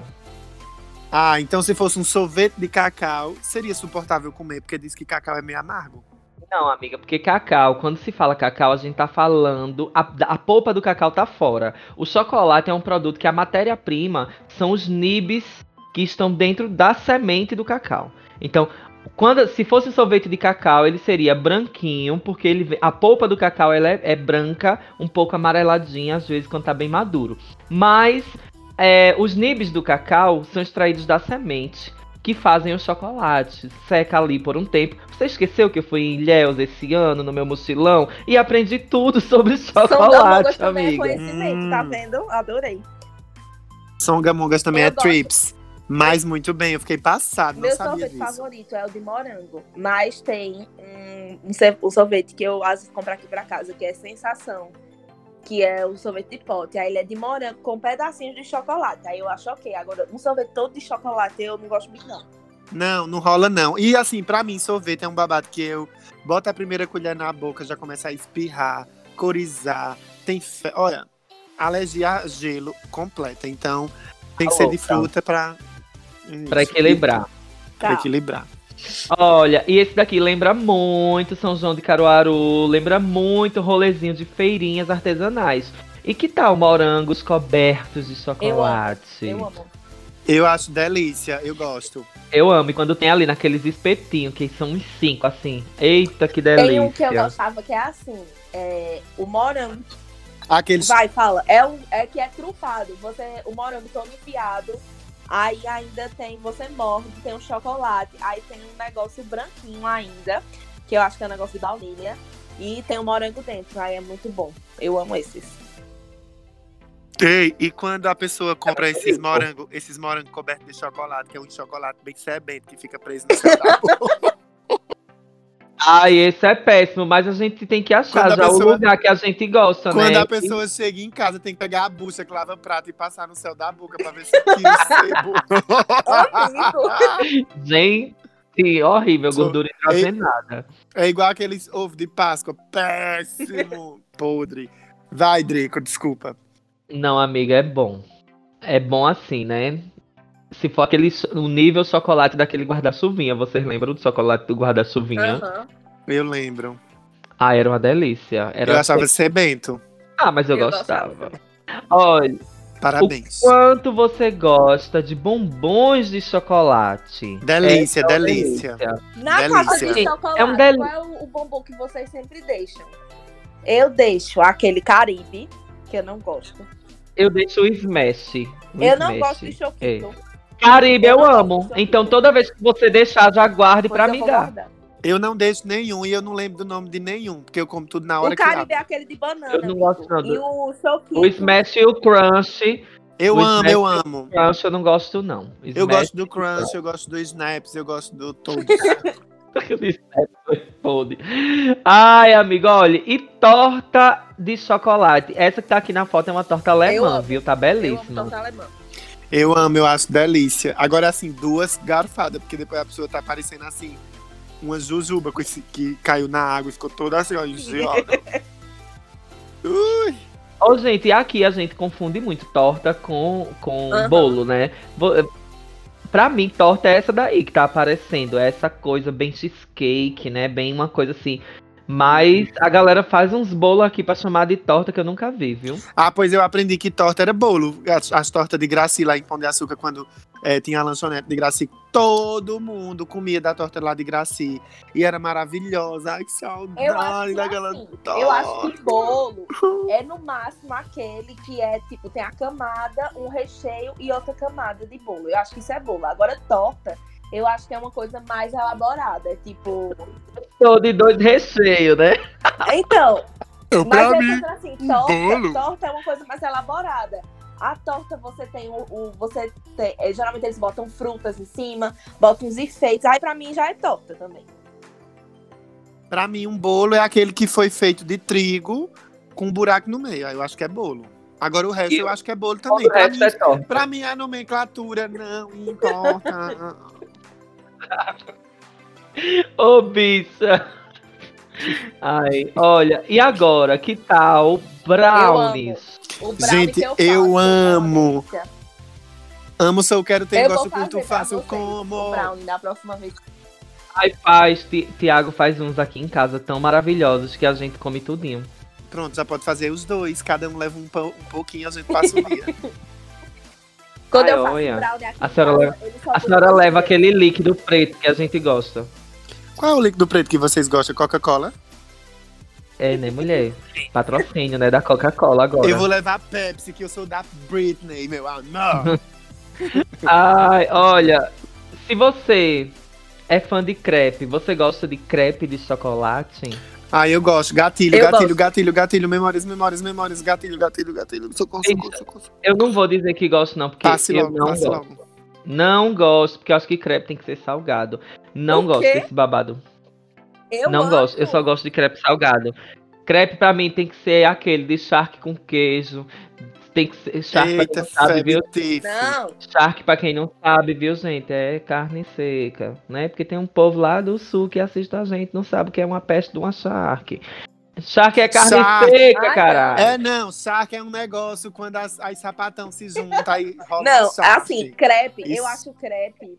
Ah, então se fosse um sorvete de cacau, seria suportável comer, porque diz que cacau é meio amargo. Não, amiga, porque cacau, quando se fala cacau, a gente tá falando. A polpa do cacau tá fora. O chocolate é um produto que a matéria-prima são os nibs que estão dentro da semente do cacau. Então, se fosse sorvete de cacau, ele seria branquinho, porque a polpa do cacau ela é branca, um pouco amareladinha, às vezes, quando tá bem maduro. Mas os nibs do cacau são extraídos da semente, que fazem o chocolate. Seca ali por um tempo. Você esqueceu que eu fui em Ilhéus esse ano, no meu mochilão, e aprendi tudo sobre chocolate, também é amiga. conhecimento, tá vendo? Adorei. Songamongas também Eu é gosto. trips. Mas muito bem, eu fiquei passado, não Meu sabia sorvete disso. favorito é o de morango. Mas tem um sorvete que eu às vezes compro aqui pra casa, que é Sensação. Que é o sorvete de pote. Aí ele é de morango com pedacinhos de chocolate. Aí eu acho ok. Agora, um sorvete todo de chocolate eu não gosto muito, não. Não rola não. E assim, pra mim, sorvete é um babado que eu boto a primeira colher na boca, já começa a espirrar, corizar. Olha, alergia a gelo completa. Então, tem que ser de fruta pra equilibrar. Pra equilibrar. Olha, e esse daqui lembra muito São João de Caruaru, lembra muito rolezinho de feirinhas artesanais. E que tal morangos cobertos de chocolate? Eu amo. Eu acho delícia, eu gosto. Eu amo, e quando tem ali naqueles espetinhos, que são uns 5, assim. Eita, que delícia. Tem um que eu gostava que é assim, o morango. Aqueles... Vai, fala. É que é trufado. O morango todo enfiado. Aí ainda você morde, tem um chocolate. Aí tem um negócio branquinho ainda, que eu acho que é um negócio de baunilha. E tem um morango dentro, aí é muito bom. Eu amo esses. E quando a pessoa compra esses morangos cobertos de chocolate, que é um chocolate bem sebento, que fica preso no céu da boca. Ai, esse é péssimo, mas a gente tem que achar já o lugar que a gente gosta, né? Quando a pessoa chega em casa, tem que pegar a bucha que lava prato e passar no céu da boca pra ver se tira o sebo. Gente, horrível, gordura hidrogenada. É igual aqueles ovos de Páscoa, péssimo, podre. Vai, Drico, desculpa. Não, amiga, é bom. É bom assim, né? Se for o nível chocolate daquele guarda-chuvinha, vocês lembram do chocolate do guarda-chuvinha? Uhum. Eu lembro. Ah, era uma delícia. Eu achava sebento. Ah, mas eu gostava. Olha, parabéns. O quanto você gosta de bombons de chocolate? Delícia, delícia. Na delícia. caixa de chocolate, É um qual é o bombom que vocês sempre deixam? Eu deixo aquele Caribe, que eu não gosto. Eu deixo o Smash. Eu não gosto de choquito. Caribe, eu amo. Então toda vez que você deixar, já guarde pra me dar. Eu não deixo nenhum e eu não lembro do nome de nenhum, porque eu como tudo na hora que O Caribe é aquele de banana. Eu não gosto não. E o choquito. O Smash e o Crunch. Eu amo. O Crunch eu não gosto, não. Eu gosto do Crunch, eu gosto do Snaps, eu gosto do todos. Ai, amigo, olha, e torta de chocolate. Essa que tá aqui na foto é uma torta alemã, viu? Tá belíssima. Eu amo torta alemã. Eu amo, eu acho delícia. Agora, assim, 2 garfadas, porque depois a pessoa tá parecendo assim, uma jujuba com esse, que caiu na água e ficou toda assim, ó, engiada. Ui. Ô, gente, e aqui a gente confunde muito torta com bolo, né? Pra mim, torta é essa daí que tá aparecendo. É essa coisa bem cheesecake, né? Bem uma coisa assim. Mas a galera faz uns bolos aqui pra chamar de torta que eu nunca vi, viu? Ah, pois eu aprendi que torta era bolo. As tortas de Graci lá em Pão de Açúcar, quando tinha a lanchonete de Graci, todo mundo comia da torta lá de Graci. E era maravilhosa. Ai, que saudade daquela torta. Eu acho que bolo é no máximo aquele que é, tipo, tem a camada, um recheio e outra camada de bolo. Eu acho que isso é bolo. Agora, torta, eu acho que é uma coisa mais elaborada. É tipo... Tô de 2 recheios, né? Então, Pra mas mim, assim, bolo. torta é uma coisa mais elaborada. A torta você tem geralmente eles botam frutas em cima, botam uns enfeites. Aí pra mim já é torta também. Pra mim, um bolo é aquele que foi feito de trigo com um buraco no meio. Aí eu acho que é bolo. Agora o resto eu acho que é bolo também. O resto é torta. Pra mim, a nomenclatura não importa. Ô, bicha. Ai, olha, e agora, que tal brownies? O brownie Gente, que eu eu faço, amo. delícia. Amo, sou, quero ter, Eu gosto, vou curto, fazer pra faço, vocês como. o brownie da próxima vez. Ai, faz, Tiago faz uns aqui em casa tão maravilhosos que a gente come tudinho. Pronto, já pode fazer os 2. Cada um leva um pouquinho, a gente passa o dia. Quando Ai, eu faço olha, brownie aqui a senhora em casa, leva- ele só A tem senhora dois leva dedos. aquele líquido preto que a gente gosta. Qual é o líquido preto que vocês gostam? Coca-Cola? É, né, mulher? Patrocínio, né, da Coca-Cola agora. Eu vou levar Pepsi, que eu sou da Britney, meu amor. Ai, olha, se você é fã de crepe, você gosta de crepe de chocolate? Ah, eu gosto. Gatilho, Eu gatilho, gosto. gatilho, gatilho. Memórias, gatilho, gatilho, gatilho. Socorro. Eu não vou dizer que gosto não, porque Passe eu logo, não passe gosto. logo. Não gosto, porque eu acho que crepe tem que ser salgado. Não O gosto quê? desse babado. Eu Não amo. gosto, eu só gosto de crepe salgado. Crepe pra mim tem que ser aquele de charque com queijo. Tem que ser charque pra quem Eita, não sabe, viu? febitife. Não, Charque, pra quem não sabe, viu, gente? É carne seca, né? Porque tem um povo lá do sul que assiste a gente, não sabe o que é uma peste de uma charque. Charque é carne Charque. seca, Ai, caralho. Não, saque é um negócio quando as sapatão se juntam aí rola não, um charque. assim, crepe, Isso. eu acho crepe,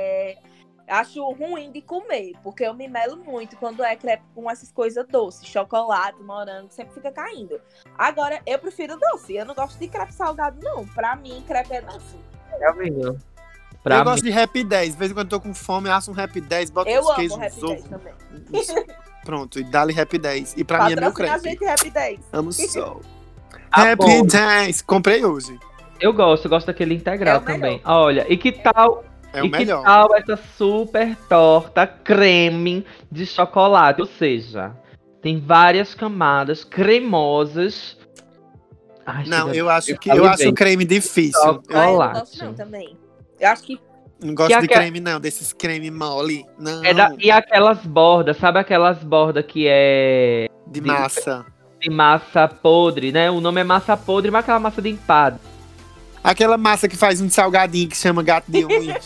acho ruim de comer, porque eu me melo muito quando é crepe com essas coisas doces, chocolate, morango, sempre fica caindo. Agora, eu prefiro doce, eu não gosto de crepe salgado, não. Pra mim, crepe é doce. É mesmo. Eu Pra gosto mim, de Rap 10. De vez em quando eu tô com fome, eu asso um Rap 10, boto Eu uns amo queijos, Rap 10 ovo. também. Pronto, e dá-lhe Rap 10. E pra mim é meu Patrocina a crepe. gente Rap 10. Amo sol. Tá Rap bom. 10. Comprei hoje. eu gosto daquele integral É o melhor. também. Olha, e que tal É o melhor. que tal essa super torta creme de chocolate? Ou seja, tem várias camadas cremosas. Ai, Não, chega- eu acho salivei. o creme difícil. Só- Eu Ah, eu não Chocolate. gosto não também. Eu acho que não gosto Que de aque- creme, não. Desses creme mole. Não. E aquelas bordas, sabe aquelas bordas que é De massa. de massa podre, né? O nome é massa podre, mas aquela massa de empada. Aquela massa que faz um salgadinho que chama gato de unha.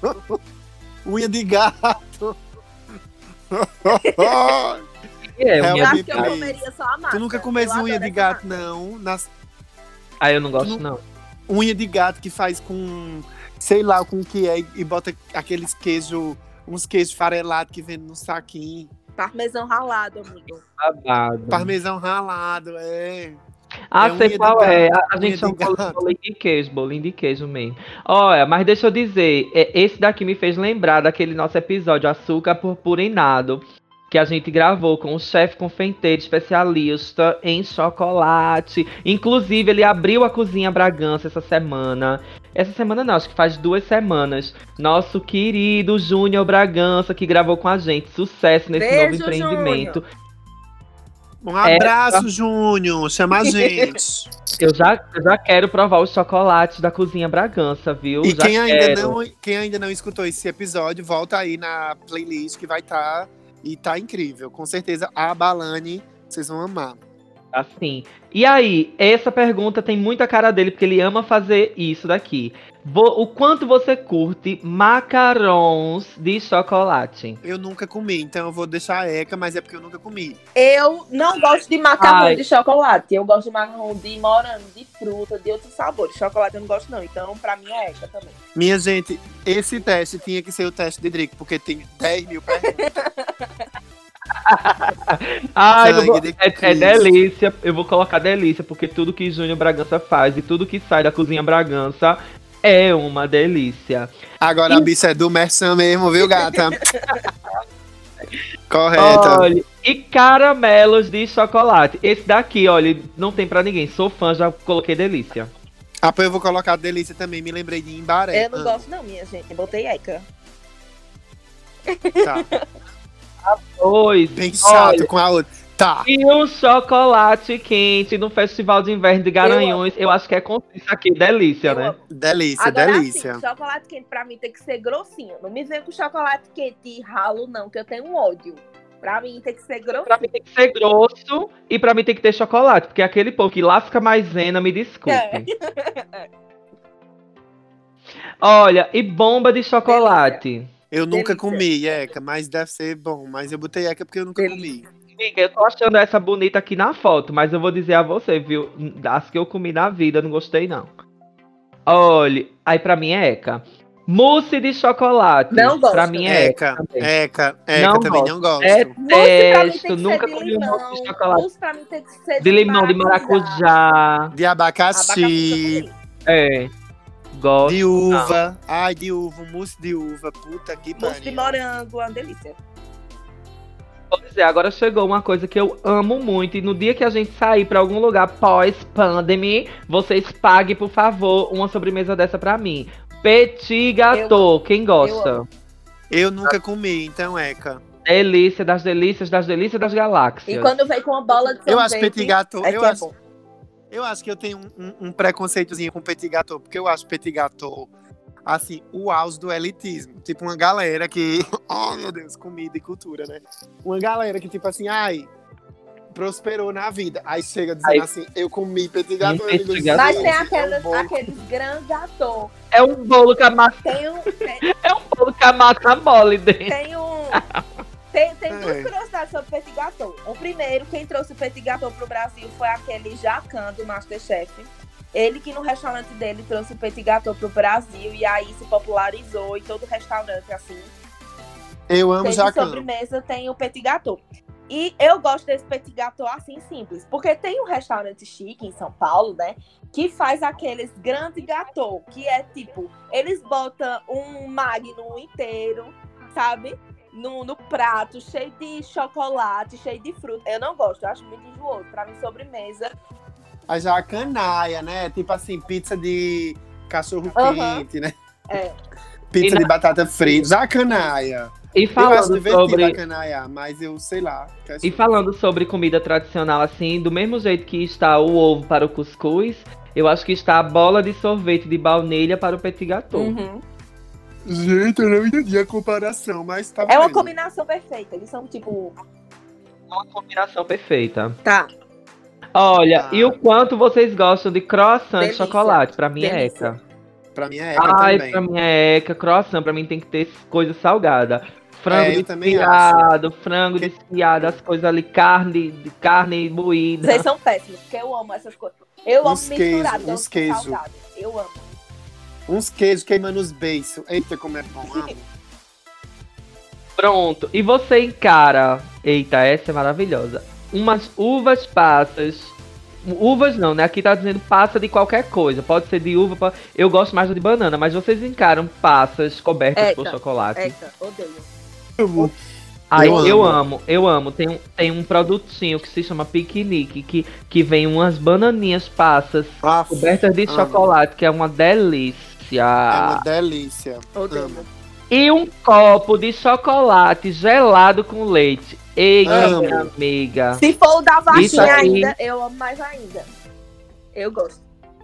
Unha de gato. É, É unha eu unha acho de que eu gato. comeria só a massa. Tu nunca comesse Eu unha adoro de essa gato, massa. não. Ah, eu não gosto, não. Unha de gato que faz com, sei lá com o que é, e bota aqueles queijos, uns queijos farelados que vende no saquinho. Parmesão ralado, amigo. Babado. Parmesão ralado, é. Ah, É sei unha qual de é. gato, A unha gente chama de gato. bolinho de queijo mesmo. Olha, mas deixa eu dizer, esse daqui me fez lembrar daquele nosso episódio Açúcar Purpurinado, que a gente gravou com o chefe confeiteiro especialista em chocolate. Inclusive, ele abriu a Cozinha Bragança essa semana. Essa semana não, acho que faz 2 semanas. Nosso querido Júnior Bragança, que gravou com a gente. Sucesso nesse Beijo, novo empreendimento. Um abraço, Júnior. Chama a gente. Eu já quero provar os chocolates da Cozinha Bragança, viu? E Já quero. quem ainda não escutou esse episódio, volta aí na playlist que vai estar. E tá incrível. Com certeza, a Balani, vocês vão amar. Assim. E aí, essa pergunta tem muita cara dele, porque ele ama fazer isso daqui. O quanto você curte macarrons de chocolate? Eu nunca comi, então eu vou deixar a Eca, mas é porque eu nunca comi. Eu não gosto de macarrão Ai. de chocolate. Eu gosto de macarrão de morango, de fruta, de outros sabores. Chocolate eu não gosto, não. Então, pra mim, é Eca também. Minha gente, esse teste tinha que ser o teste de Drico, porque tem 10 mil perguntas. Ai, Sangue de é Cristo. delícia. Eu vou colocar delícia, porque tudo que Júnior Bragança faz e tudo que sai da cozinha Bragança é uma delícia. Agora a bicha é do Merchan mesmo, viu, gata? Correta. Olha, e caramelos de chocolate. Esse daqui, olha, não tem pra ninguém. Sou fã, já coloquei delícia. Ah, pô, eu vou colocar delícia também, me lembrei de Imbaré. Eu não gosto, não, minha gente. Eu botei Eca. Tá. Dois. Bem chato Olha, com a outra. Tá. e um chocolate quente no Festival de Inverno de Garanhuns. Eu acho que é com isso aqui, delícia, Eu né? amo. Delícia, Agora, delícia. assim, chocolate quente pra mim tem que ser grossinho. Não me venha com chocolate quente e ralo, não, que eu tenho um ódio. Pra mim tem que ser grossinho. Pra mim tem que ser grosso e pra mim tem que ter chocolate, porque aquele povo que lasca maisena, me desculpe. Olha, e bomba de chocolate. Eu nunca Delícia. comi, Eca, mas deve ser bom. Mas eu botei Eca porque eu nunca comi. Amiga, eu tô achando essa bonita aqui na foto, mas eu vou dizer a você, viu? Das que eu comi na vida, não gostei, não. Olha, aí pra mim é Eca. Mousse de chocolate. Não gosto. Pra mim é Eca, também. Eca Não também gosto. não gosto. Mousse pra mim tem Detesto, que nunca ser de comi um limão. mousse de chocolate. Mousse pra mim tem que ser De limão, de maracujá. De abacaxi, Abacaxi também. É. Gosto. de uva. Ai, de uva, mousse de uva. Puta que Mousse de pariu. morango, uma delícia. Pois é, agora chegou uma coisa que eu amo muito. E no dia que a gente sair pra algum lugar pós-pandemia, vocês paguem, por favor, uma sobremesa dessa pra mim. Petit gâteau, quem gosta? amo. Eu nunca comi, então Eca. Delícia das delícias das delícias das galáxias. E quando vem com uma bola de sorvete, Eu acho petit gâteau, é que eu é acho, bom. eu acho que eu tenho um preconceitozinho com petit gâteau, porque eu acho petit gâteau, assim, o auge do elitismo. Tipo, uma galera que, oh meu Deus, comida e cultura, né? Uma galera que, tipo assim, ai, prosperou na vida. Aí chega dizendo Aí- assim, eu comi petit gâteau. Petit eu digo, gâteau. Mas gente, tem é um aqueles, bolo. aqueles grandes gâteaux. É um bolo com a massa, Tem um. mole dentro. Tem um. Tem duas É. curiosidades sobre o petit gâteau. O primeiro, quem trouxe o petit gâteau pro Brasil foi aquele Jacan do Masterchef. Ele que no restaurante dele trouxe o petit gâteau pro Brasil e aí se popularizou em todo restaurante assim. Eu amo Tem de Jacan. sobremesa, tem o petit gâteau. E eu gosto desse petit gâteau assim, simples. Porque tem um restaurante chique em São Paulo, né? Que faz aqueles grandes gâteaux. Que é tipo, eles botam um magnum inteiro, sabe? No prato, cheio de chocolate, cheio de fruta. Eu não gosto, eu acho muito enjooso. Pra mim, sobremesa. A jacanaia, né? Tipo assim, pizza de cachorro Aham. quente, né? É. Pizza E de batata frita. Jacanaia. E Eu acho falando divertido sobre a canaiar, mas eu sei lá. E falando sobre comida tradicional, assim, do mesmo jeito que está o ovo para o cuscuz, eu acho que está a bola de sorvete de baunilha para o petit gâteau. Uhum. Gente, eu não entendi a comparação, mas tá É uma vendo. combinação perfeita. Eles são tipo. É uma combinação perfeita. Tá. Olha, Ah. e o quanto vocês gostam de croissant de Delícia. chocolate? Pra mim é Delícia. Eca. Pra mim é Eca Ai, também. pra mim é Eca. Croissant pra mim tem que ter coisa salgada. Frango eu também desfiado, frango Que- desfiado, as coisas ali, carne moída. Vocês são péssimos, porque eu amo essas coisas. Eu amo Uns queijo, misturado, eu uns amo queijo. salgado. Eu amo. Uns queijos queimando os beiços. Eita, como é bom, amo. Pronto. E você encara. Eita, essa é maravilhosa. Umas uvas passas. Uvas não, né? Aqui tá dizendo passa de qualquer coisa. Pode ser de uva. Eu gosto mais de banana, mas vocês encaram passas cobertas Eca, por chocolate. Eca, odeio. Ai, Eu eu amo. Tem um produtinho que se chama piquenique, que vem umas bananinhas passas Aff, cobertas de amo. chocolate, que é uma delícia. É uma delícia. Odeio. Amo. E um copo de chocolate gelado com leite. Eita, Amo. minha amiga. Se for o da Isso vaquinha aí. ainda, eu amo mais ainda. Eu gosto.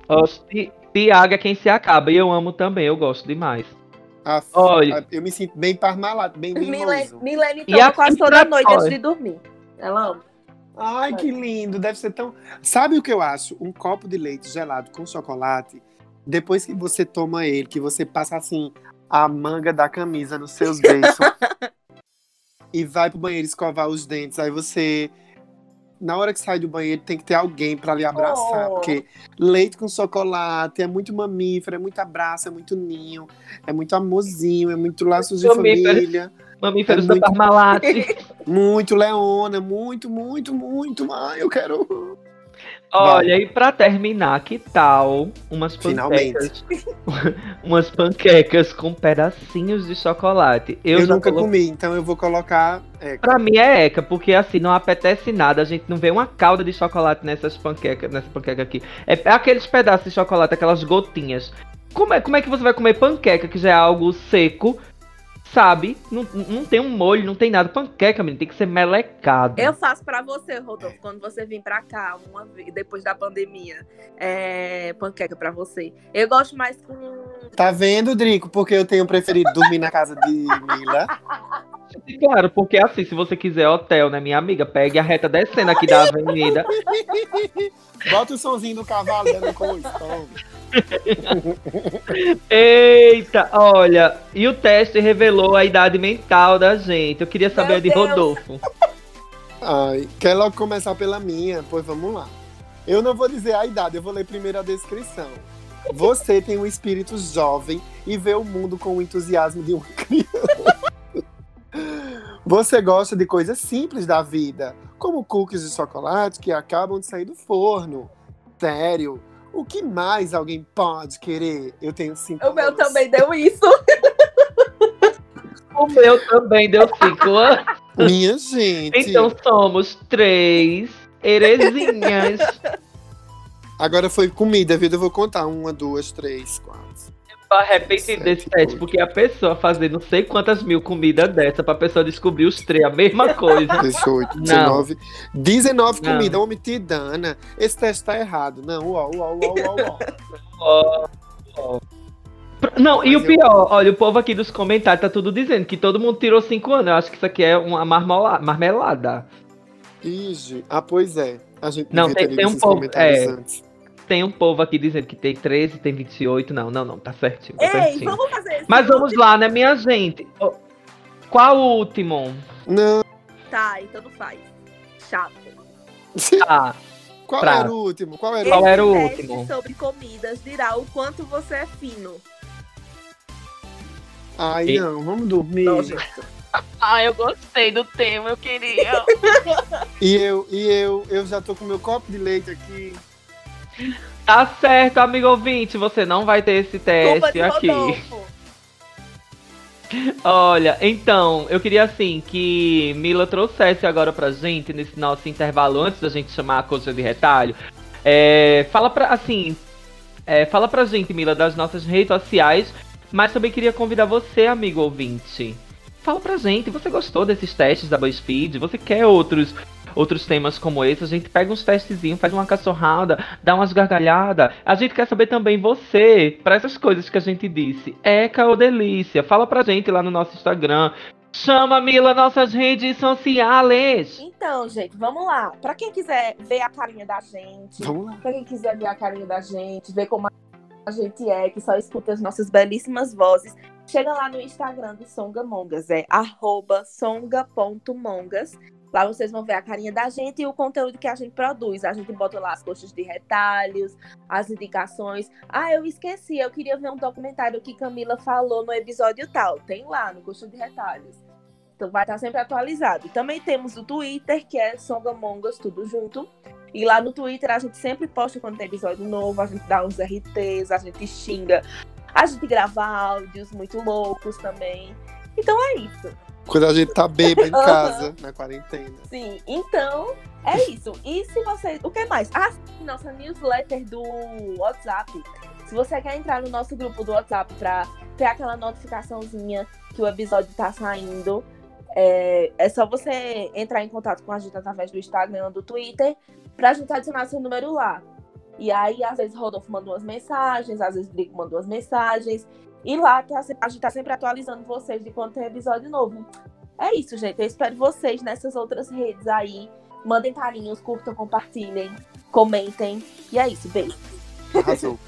Tiago é quem se acaba. E eu amo também, eu gosto demais. Aff, Olha. eu me sinto bem parmalado, bem mimoso. Milene E toma a quase toda pizza noite pode? antes de dormir. Ela ama. Ai, que lindo. Deve ser tão... Sabe o que eu acho? Um copo de leite gelado com chocolate, depois que você toma ele, que você passa assim a manga da camisa nos seus beiços e vai pro banheiro escovar os dentes, aí você... Na hora que sai do banheiro, tem que ter alguém pra lhe abraçar. Porque leite com chocolate é muito mamífero, é muito abraço, é muito ninho, é muito amorzinho, é muito laços de família. Mamíferos da Parmalat. Muito Leona, muito, muito, muito. Ai, eu quero... Olha, e pra terminar, que tal umas panquecas? Umas panquecas com pedacinhos de chocolate. Eu nunca comi, então eu vou colocar Eca. Pra mim é Eca, porque assim, não apetece nada. A gente não vê uma calda de chocolate nessa panqueca aqui. É aqueles pedaços de chocolate, aquelas gotinhas. Como é que você vai comer panqueca, que já é algo seco? Sabe? Não tem um molho, não tem nada. Panqueca, menino, tem que ser melecado. Eu faço pra você, Rodolfo, quando você vir pra cá, uma vez, depois da pandemia. Panqueca pra você. Eu gosto mais com... Tá vendo, Drico? Porque eu tenho preferido dormir na casa de Mila. Claro, porque assim, se você quiser hotel, né, minha amiga, pegue a reta descendo aqui da avenida. Bota o sonzinho do cavalo dando coisa. Eita, olha, e o teste revelou a idade mental da gente. Eu queria saber a de Rodolfo. Ai, quer logo começar pela minha? Pois vamos lá. Eu não vou dizer a idade, eu vou ler primeiro a descrição. Você tem um espírito jovem e vê o mundo com o entusiasmo de uma criança. Você gosta de coisas simples da vida, como cookies de chocolate que acabam de sair do forno. Sério, o que mais alguém pode querer? Eu tenho 5 anos. O meu também deu isso. O meu também deu 5 anos. Minha gente. Então somos 3 heresinhas. Agora foi comida, viu? Eu vou contar 1, 2, 3, 4. Tô arrependido desse teste, porque a pessoa fazer não sei quantas mil comidas dessa pra pessoa descobrir os 3, a mesma coisa. 18, 19. 19 comidas, homem tidana. Esse teste tá errado. Não, Não, e o pior, olha, o povo aqui dos comentários tá tudo dizendo que todo mundo tirou 5 anos. Eu acho que isso aqui é uma marmelada. Ixi, pois é. A gente não, tem um povo, antes. Tem um povo aqui dizendo que tem 13, tem 28. Não, tá certinho. Tá Ei, certinho. vamos fazer isso. Mas vamos lá, né, minha gente? Qual o último? Não. Tá, então não faz. Chato. Ah, Qual era o último? Qual era o último? Sobre comidas dirá o quanto você é fino. Ai, não, vamos dormir. Eu gostei do tema, eu queria. E eu já tô com meu copo de leite aqui. Tá certo, amigo ouvinte, você não vai ter esse teste aqui. Rodolfo. Olha, então, eu queria assim que Mila trouxesse agora pra gente, nesse nosso intervalo, antes da gente chamar a coxa de retalho. Fala pra gente, Mila, das nossas redes sociais, mas também queria convidar você, amigo ouvinte. Fala pra gente, você gostou desses testes da BuzzFeed? Você quer outros temas como esse? A gente pega uns testezinhos, faz uma cachorrada, dá umas gargalhadas. A gente quer saber também você, para essas coisas que a gente disse. Eca ou delícia? Fala pra gente lá no nosso Instagram. Chama, Mila, nossas redes sociais. Então, gente, vamos lá. Pra quem quiser ver a carinha da gente, ver como a gente é, que só escuta as nossas belíssimas vozes, chega lá no Instagram do Songamongas, @songa.mongas. Lá vocês vão ver a carinha da gente e o conteúdo que a gente produz. A gente bota lá as coxas de retalhos, as indicações. Eu esqueci, eu queria ver um documentário que Camila falou no episódio tal. Tem lá no Coxa de Retalhos. Então vai estar sempre atualizado. Também temos o Twitter, que é Songamongas, tudo junto. E lá no Twitter a gente sempre posta quando tem episódio novo, a gente dá uns RTs, a gente xinga, a gente grava áudios muito loucos também. Então é isso. Quando a gente tá bêbado em casa, na quarentena. Sim, então é isso. E se você... O que mais? Nossa newsletter do WhatsApp. Se você quer entrar no nosso grupo do WhatsApp pra ter aquela notificaçãozinha que o episódio tá saindo, é só você entrar em contato com a gente através do Instagram ou do Twitter pra gente adicionar seu número lá. E aí, às vezes, Rodolfo manda umas mensagens, às vezes, Drico manda umas mensagens. E lá a gente tá sempre atualizando vocês de quando tem episódio novo. É isso, gente. Eu espero vocês nessas outras redes aí. Mandem carinhos, curtam, compartilhem, comentem. E é isso, beijo. Arrasou.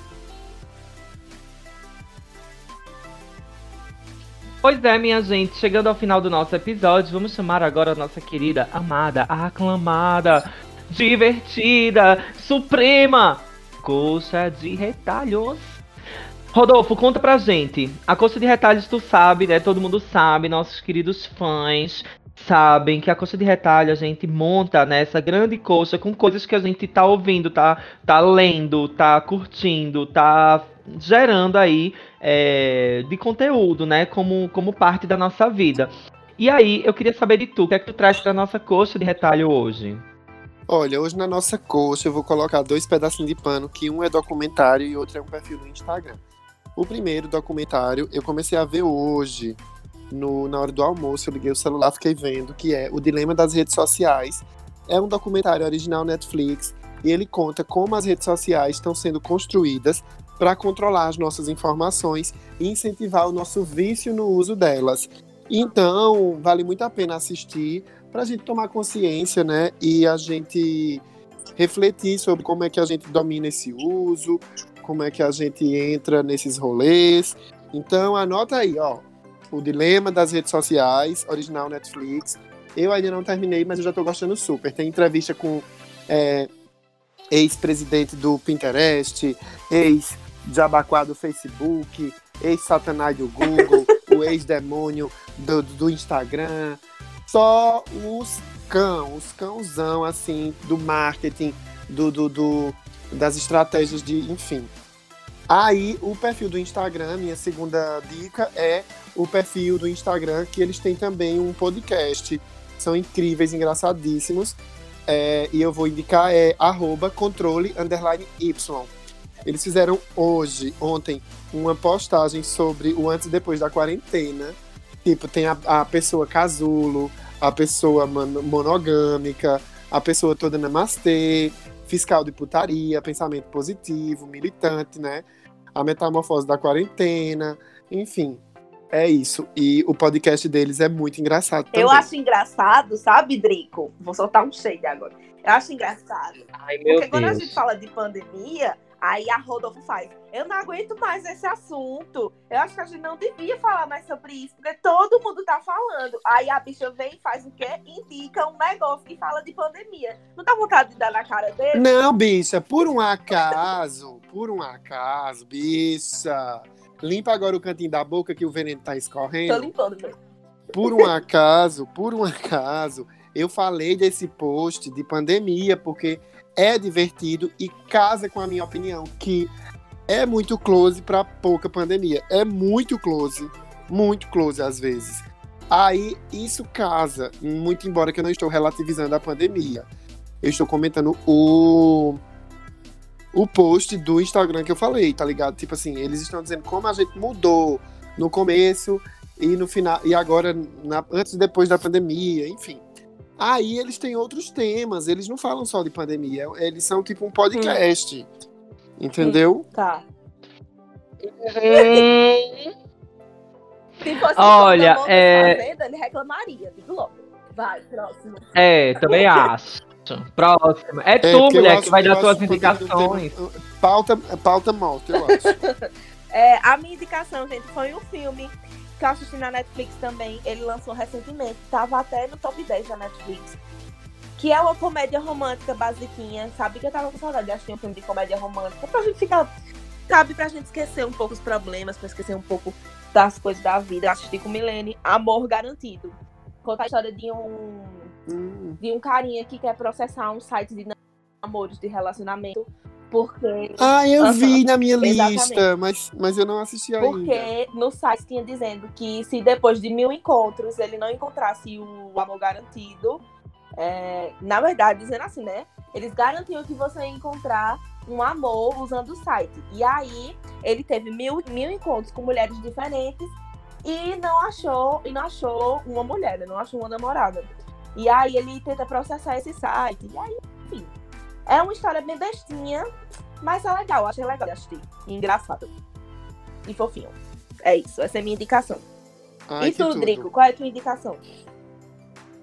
Pois é, minha gente, chegando ao final do nosso episódio, vamos chamar agora a nossa querida, amada, aclamada, divertida, suprema coxa de retalhos. Rodolfo, conta pra gente. A coxa de retalhos, tu sabe, né? Todo mundo sabe, nossos queridos fãs sabem que a coxa de retalho a gente monta nessa grande coxa com coisas que a gente tá ouvindo, tá lendo, tá curtindo, tá gerando aí de conteúdo, né? Como parte da nossa vida. E aí, eu queria saber de tu, o que é que tu traz pra nossa coxa de retalho hoje? Olha, hoje na nossa coxa eu vou colocar 2 pedacinhos de pano, que um é documentário e outro é um perfil no Instagram. O primeiro documentário eu comecei a ver hoje, na hora do almoço, eu liguei o celular, fiquei vendo, que é O Dilema das Redes Sociais. É um documentário original Netflix e ele conta como as redes sociais estão sendo construídas para controlar as nossas informações e incentivar o nosso vício no uso delas. Então, vale muito a pena assistir para a gente tomar consciência, né? E a gente refletir sobre como é que a gente domina esse uso, como é que a gente entra nesses rolês. Então, anota aí, ó. O Dilema das Redes Sociais, original Netflix. Eu ainda não terminei, mas eu já tô gostando super. Tem entrevista com ex-presidente do Pinterest, ex-Jabaquá do Facebook, ex-Satanás do Google, o ex-demônio do Instagram. Só os cãozão, assim, do marketing, das estratégias de, enfim. Aí, o perfil do Instagram, minha segunda dica é o perfil do Instagram, que eles têm também um podcast. São incríveis, engraçadíssimos. E eu vou indicar @controle_y. Eles fizeram ontem, uma postagem sobre o antes e depois da quarentena. Tipo, tem a pessoa casulo, a pessoa monogâmica, a pessoa toda namastê, fiscal de putaria, pensamento positivo, militante, né? A metamorfose da quarentena, enfim, é isso. E o podcast deles é muito engraçado também. Eu acho engraçado, sabe, Drico? Vou soltar um shade agora. Eu acho engraçado. Ai, meu porque quando Deus. a gente fala de pandemia, aí a Rodolfo faz: eu não aguento mais esse assunto. Eu acho que a gente não devia falar mais sobre isso, porque todo mundo tá falando. Aí a bicha vem e faz o quê? Indica um negócio que fala de pandemia. Não dá vontade de dar na cara dele? Não, bicha, por um acaso, bicha. Limpa agora o cantinho da boca que o veneno tá escorrendo. Tô limpando mesmo. Por um acaso, eu falei desse post de pandemia, porque é divertido e casa com a minha opinião, que é muito close para pouca pandemia. É muito close às vezes. Aí isso casa, muito embora que eu não estou relativizando a pandemia. Eu estou comentando o post do Instagram que eu falei, tá ligado? Tipo assim, eles estão dizendo como a gente mudou no começo e no final, e agora antes e depois da pandemia, enfim. Aí eles têm outros temas, eles não falam só de pandemia, eles são tipo um podcast, entendeu? Tá. Se fosse Olha, fazenda, ele reclamaria, digo logo. Vai, próximo. Também acho. Próximo. É tu, mulher, que vai dar suas indicações. Pauta morta, eu acho. A minha indicação, gente, foi um filme que eu assisti na Netflix também. Ele lançou recentemente, tava até no top 10 da Netflix. Que é uma comédia romântica basiquinha. Sabe que eu tava com saudade de assistir um filme de comédia romântica pra gente ficar... Sabe, pra gente esquecer um pouco os problemas, pra esquecer um pouco das coisas da vida. Eu assisti com Milene, Amor Garantido. Conta a história de um carinha que quer processar um site de namoros, de relacionamento, porque... eu vi na minha lista, mas eu não assisti ainda. Porque no site tinha dizendo que se depois de 1000 encontros ele não encontrasse o amor garantido, na verdade, dizendo assim, né? Eles garantiam que você ia encontrar um amor usando o site. E aí, ele teve 1000 encontros com mulheres diferentes e não achou uma mulher, né? Não achou uma namorada. E aí, ele tenta processar esse site. E aí, enfim. É uma história bem bestinha, mas é legal. Achei legal de assistir. E engraçado. E fofinho. É isso. Essa é a minha indicação. Ai, e tu, Drico, qual é a tua indicação?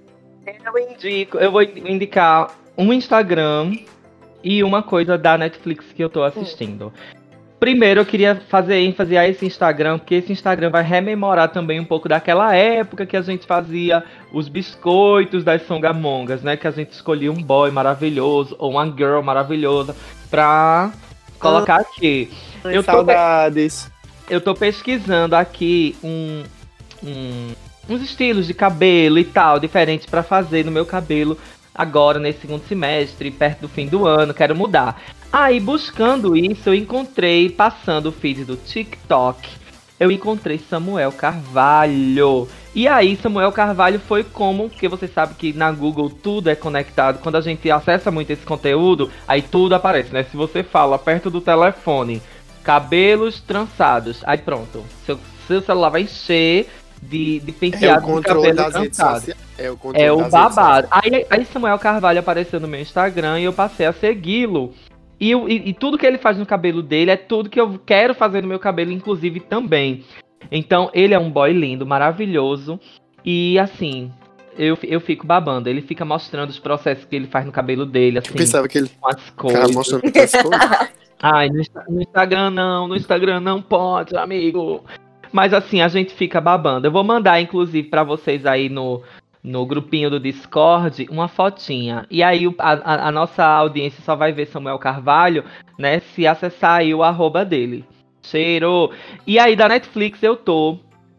Eu vou indicar um Instagram e uma coisa da Netflix que eu tô assistindo. Primeiro, eu queria fazer ênfase a esse Instagram, porque esse Instagram vai rememorar também um pouco daquela época que a gente fazia os biscoitos das songamongas, né? Que a gente escolhia um boy maravilhoso ou uma girl maravilhosa pra colocar aqui. Saudades. Eu tô pesquisando aqui uns estilos de cabelo e tal, diferentes pra fazer no meu cabelo agora, nesse segundo semestre, perto do fim do ano, quero mudar. Aí, buscando isso, eu encontrei, passando o feed do TikTok, eu encontrei Samuel Carvalho. E aí, Samuel Carvalho foi como, porque você sabe que na Google tudo é conectado. Quando a gente acessa muito esse conteúdo, aí tudo aparece, né? Se você fala perto do telefone, cabelos trançados, aí pronto, seu celular vai encher de penteado de cabelo trançado. É o babado. Aí Samuel Carvalho apareceu no meu Instagram e eu passei a segui-lo. E tudo que ele faz no cabelo dele é tudo que eu quero fazer no meu cabelo, inclusive também. Então, ele é um boy lindo, maravilhoso. E assim, eu fico babando. Ele fica mostrando os processos que ele faz no cabelo dele, assim. Eu pensava que ele com as coisas. mostrando outras coisas. Ai, no Instagram não pode, amigo. Mas assim, a gente fica babando. Eu vou mandar, inclusive, pra vocês aí no grupinho do Discord, uma fotinha. E aí a nossa audiência só vai ver Samuel Carvalho, né, se acessar aí o @ dele. Cheiro! E aí, da Netflix eu tô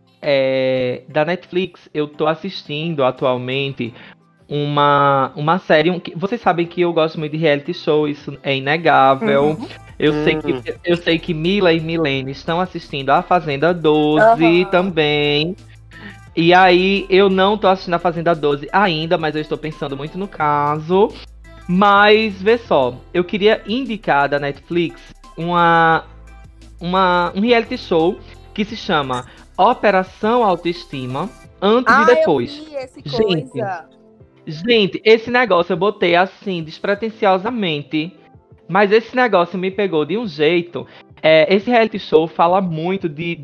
assistindo atualmente uma série. Vocês sabem que eu gosto muito de reality show, isso é inegável. Eu sei que Mila e Milene estão assistindo a Fazenda 12 também. E aí, eu não tô assistindo a Fazenda 12 ainda, mas eu estou pensando muito no caso. Mas, vê só, eu queria indicar da Netflix um reality show que se chama Operação Autoestima, antes e depois. Eu vi esse coisa. Gente, esse negócio eu botei assim, despretensiosamente. Mas esse negócio me pegou de um jeito. Esse reality show fala muito de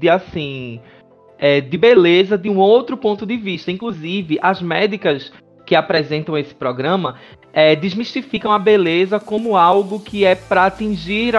beleza de um outro ponto de vista. Inclusive, as médicas que apresentam esse programa desmistificam a beleza como algo que é para atingir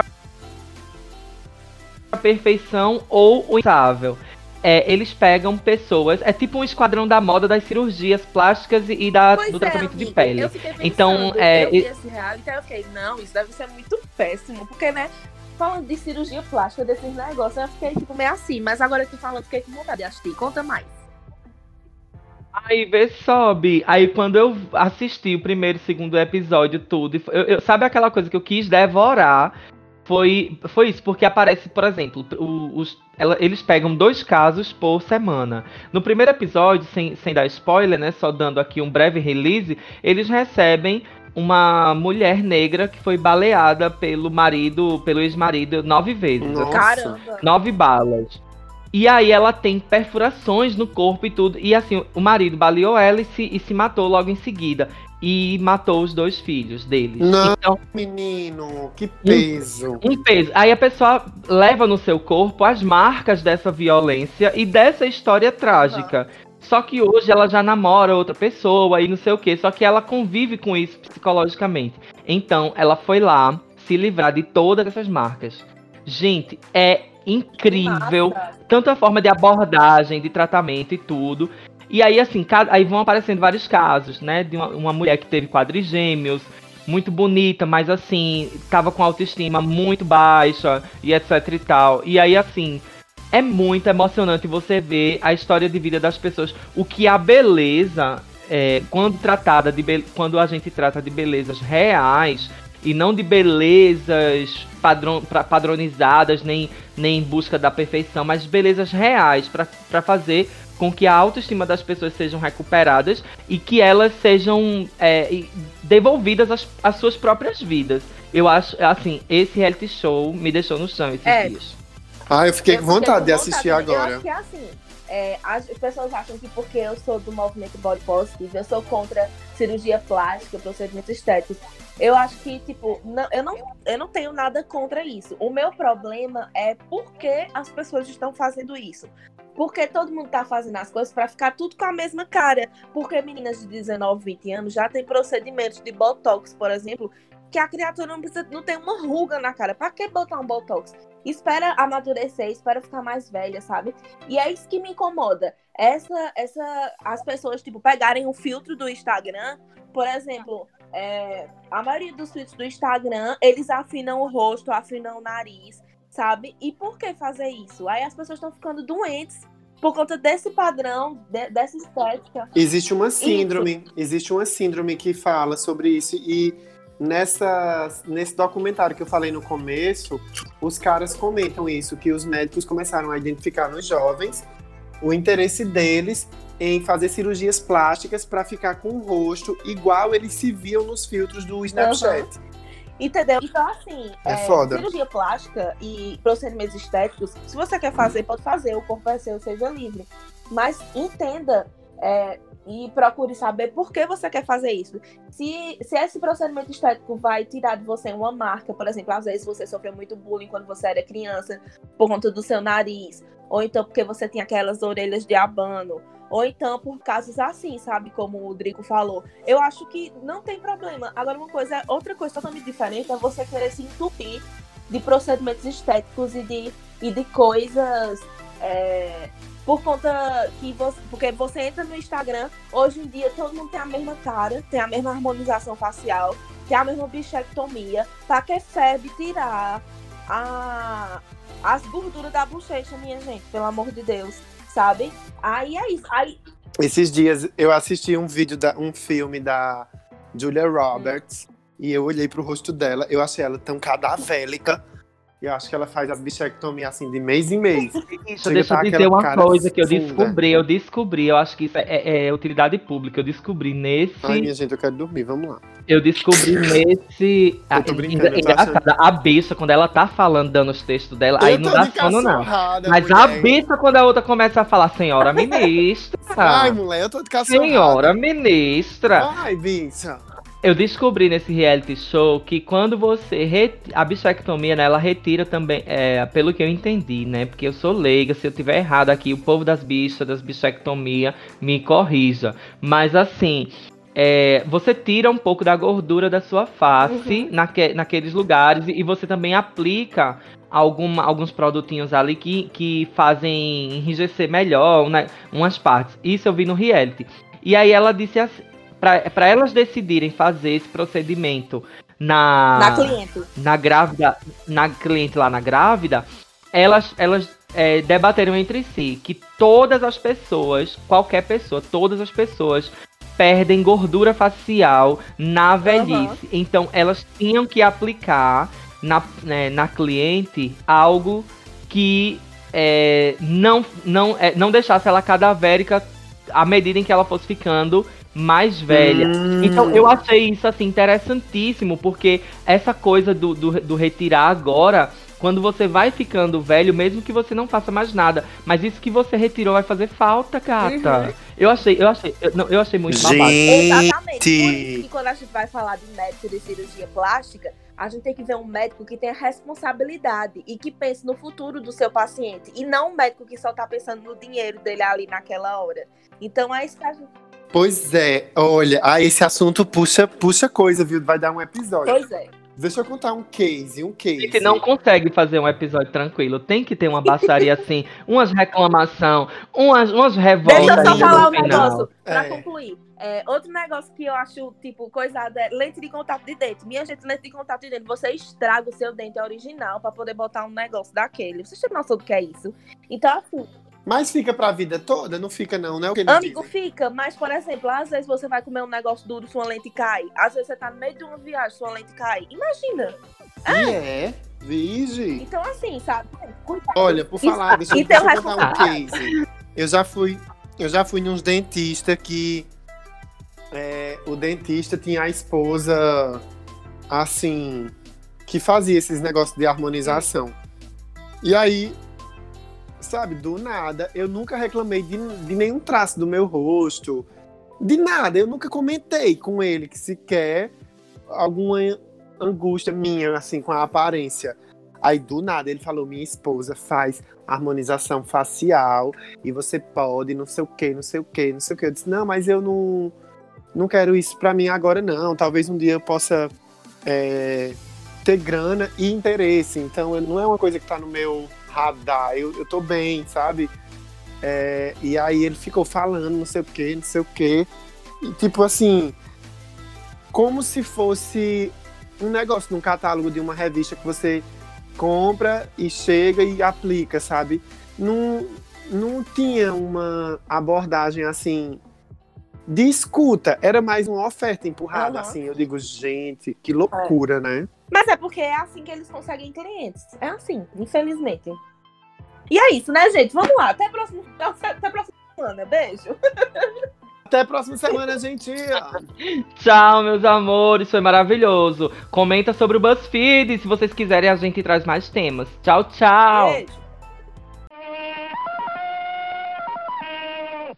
a perfeição ou o insável. Eles pegam pessoas, é tipo um esquadrão da moda das cirurgias plásticas e do tratamento de pele. Eu fiquei pensando, então, eu vi esse reality, então eu fiquei, não, isso deve ser muito péssimo, porque, né, falando de cirurgia plástica, desses negócios, eu fiquei tipo meio assim, mas agora eu tô falando, fiquei com vontade de assistir. Conta mais. Aí, vê, sobe. Aí, quando eu assisti o primeiro e segundo episódio, tudo, sabe aquela coisa que eu quis devorar? Foi isso, porque aparece, por exemplo, eles pegam 2 casos por semana. No primeiro episódio, sem dar spoiler, né, só dando aqui um breve release, eles recebem uma mulher negra que foi baleada pelo ex-marido 9 vezes. Nossa. Caramba! 9 balas. E aí ela tem perfurações no corpo e tudo. E assim, o marido baleou ela e se matou logo em seguida. E matou os 2 filhos deles. Não, então, menino, que peso. Um peso. Aí a pessoa leva no seu corpo as marcas dessa violência e dessa história trágica. Só que hoje ela já namora outra pessoa e não sei o quê. Só que ela convive com isso psicologicamente. Então, ela foi lá se livrar de todas essas marcas. Gente, é incrível. Tanto a forma de abordagem, de tratamento e tudo. E aí, assim, aí vão aparecendo vários casos, né? De uma mulher que teve quadrigêmeos, muito bonita, mas assim, tava com autoestima muito baixa e etc e tal. E aí, assim, é muito emocionante você ver a história de vida das pessoas. O que a beleza, quando a gente trata de belezas reais e não de belezas padronizadas, nem em busca da perfeição, mas belezas reais para fazer com que a autoestima das pessoas sejam recuperadas e que elas sejam devolvidas às suas próprias vidas. Eu acho, assim, esse reality show me deixou no chão esses dias. Eu fiquei com vontade de assistir agora. Eu acho que é assim, as pessoas acham que porque eu sou do movimento body positive, eu sou contra cirurgia plástica, procedimentos estéticos. Eu acho que, tipo, eu não tenho nada contra isso. O meu problema é porque as pessoas estão fazendo isso. Porque todo mundo tá fazendo as coisas pra ficar tudo com a mesma cara. Porque meninas de 19, 20 anos já tem procedimentos de botox, por exemplo, que a criatura não tem uma ruga na cara. Pra que botar um botox? Espera amadurecer, espera ficar mais velha, sabe? E é isso que me incomoda. As pessoas, tipo, pegarem o filtro do Instagram, por exemplo, a maioria dos filtros do Instagram, eles afinam o rosto, afinam o nariz, sabe? E por que fazer isso? Aí as pessoas estão ficando doentes por conta desse padrão, dessa estética. Existe uma síndrome que fala sobre isso. E nesse documentário que eu falei no começo, os caras comentam isso, que os médicos começaram a identificar nos jovens o interesse deles em fazer cirurgias plásticas para ficar com o rosto igual eles se viam nos filtros do Snapchat. Entendeu? Então, assim, foda. Cirurgia plástica e procedimentos estéticos, se você quer fazer, pode fazer, o corpo é seu, seja livre. Mas entenda e procure saber por que você quer fazer isso. Se esse procedimento estético vai tirar de você uma marca, por exemplo, às vezes você sofreu muito bullying quando você era criança por conta do seu nariz, ou então porque você tinha aquelas orelhas de abano, ou então por casos assim, sabe, como o Drico falou. Eu acho que não tem problema. Agora, outra coisa totalmente diferente é você querer se entupir de procedimentos estéticos e de coisas por conta que porque você entra no Instagram, hoje em dia todo mundo tem a mesma cara, tem a mesma harmonização facial, tem a mesma bichectomia. Pra que febre tirar as gorduras da bochecha, minha gente, pelo amor de Deus, sabe? Aí é isso. Esses dias eu assisti um filme da Julia Roberts e eu olhei pro rosto dela, eu achei ela tão cadavélica. Eu acho que ela faz a bichectomia assim de mês em mês. Deixa eu dizer uma coisa que eu descobri, eu acho que isso é utilidade pública, eu descobri nesse... Ai, minha gente, eu quero dormir, vamos lá. Eu descobri nesse... Eu tô brincando, engraçada, a bicha, quando ela tá falando, dando os textos dela, aí não dá sono não. Mas mulher. A bicha, quando a outra começa a falar, senhora ministra... Ai, mulher, eu tô de cachorrada. Senhora ministra... Ai, bicha... Eu descobri nesse reality show que quando você... A bichectomia, né, ela retira também... pelo que eu entendi, né? Porque eu sou leiga, se eu tiver errado aqui, o povo das bichas, das bichectomia, me corrija. Mas assim... você tira um pouco da gordura da sua face naqueles lugares. E você também aplica alguns produtinhos ali que fazem enrijecer melhor umas partes. Isso eu vi no reality. E aí ela disse assim... Para elas decidirem fazer esse procedimento na cliente lá na grávida, elas debateram entre si que todas as pessoas perdem gordura facial na velhice. Então elas tinham que aplicar na cliente algo que não deixasse ela cadavérica à medida em que ela fosse ficando mais velha. Então eu achei isso assim interessantíssimo, porque essa coisa do retirar agora, quando você vai ficando velho, mesmo que você não faça mais nada, mas isso que você retirou vai fazer falta, gata. Eu achei muito babado. Exatamente. Por isso que quando a gente vai falar de médico de cirurgia plástica, a gente tem que ver um médico que tenha responsabilidade e que pense no futuro do seu paciente, e não um médico que só tá pensando no dinheiro dele ali naquela hora. Então é isso que a gente... Pois é, olha, esse assunto puxa coisa, viu? Vai dar um episódio. Pois é. Deixa eu contar um case. Você não consegue fazer um episódio tranquilo. Tem que ter uma baixaria assim, umas reclamação, umas revoltas. Deixa eu só falar um negócio pra concluir. Outro negócio que eu acho, tipo, coisada é lente de contato de dente. Minha gente, lente de contato de dente, você estraga o seu dente original pra poder botar um negócio daquele. Vocês têm noção do que é isso? Então, assim... Mas fica pra vida toda? Não fica não, né? O que eles Amigo, dizem. fica, mas, por exemplo, às vezes você vai comer um negócio duro, sua lente cai. Às vezes você tá no meio de uma viagem, sua lente cai. Imagina. Vige. Então, assim, sabe? Cuidado. Olha, por falar, deixa eu contar um case. Eu já fui nos dentistas que o dentista tinha a esposa, assim, que fazia esses negócios de harmonização. E aí... Sabe, do nada, eu nunca reclamei de nenhum traço do meu rosto, de nada, eu nunca comentei com ele que sequer alguma angústia minha, assim, com a aparência. Aí, do nada, ele falou, minha esposa faz harmonização facial e você pode, não sei o quê, não sei o quê, não sei o quê. Eu disse, não, mas eu não quero isso pra mim agora, não. Talvez um dia eu possa ter grana e interesse. Então, não é uma coisa que tá no meu radar. Eu tô bem, sabe? E aí ele ficou falando, não sei o quê, não sei o quê. E, tipo assim, como se fosse um negócio num catálogo de uma revista que você compra e chega e aplica, sabe? Não tinha uma abordagem assim de escuta, era mais uma oferta empurrada, assim. Eu digo, gente, que loucura, né? Mas é porque é assim que eles conseguem clientes. É assim, infelizmente. E é isso, né, gente? Vamos lá, até a próxima semana. Beijo. Até a próxima semana, gente. Tchau, meus amores. Foi maravilhoso. Comenta sobre o BuzzFeed. Se vocês quiserem, a gente traz mais temas. Tchau, tchau. Beijo.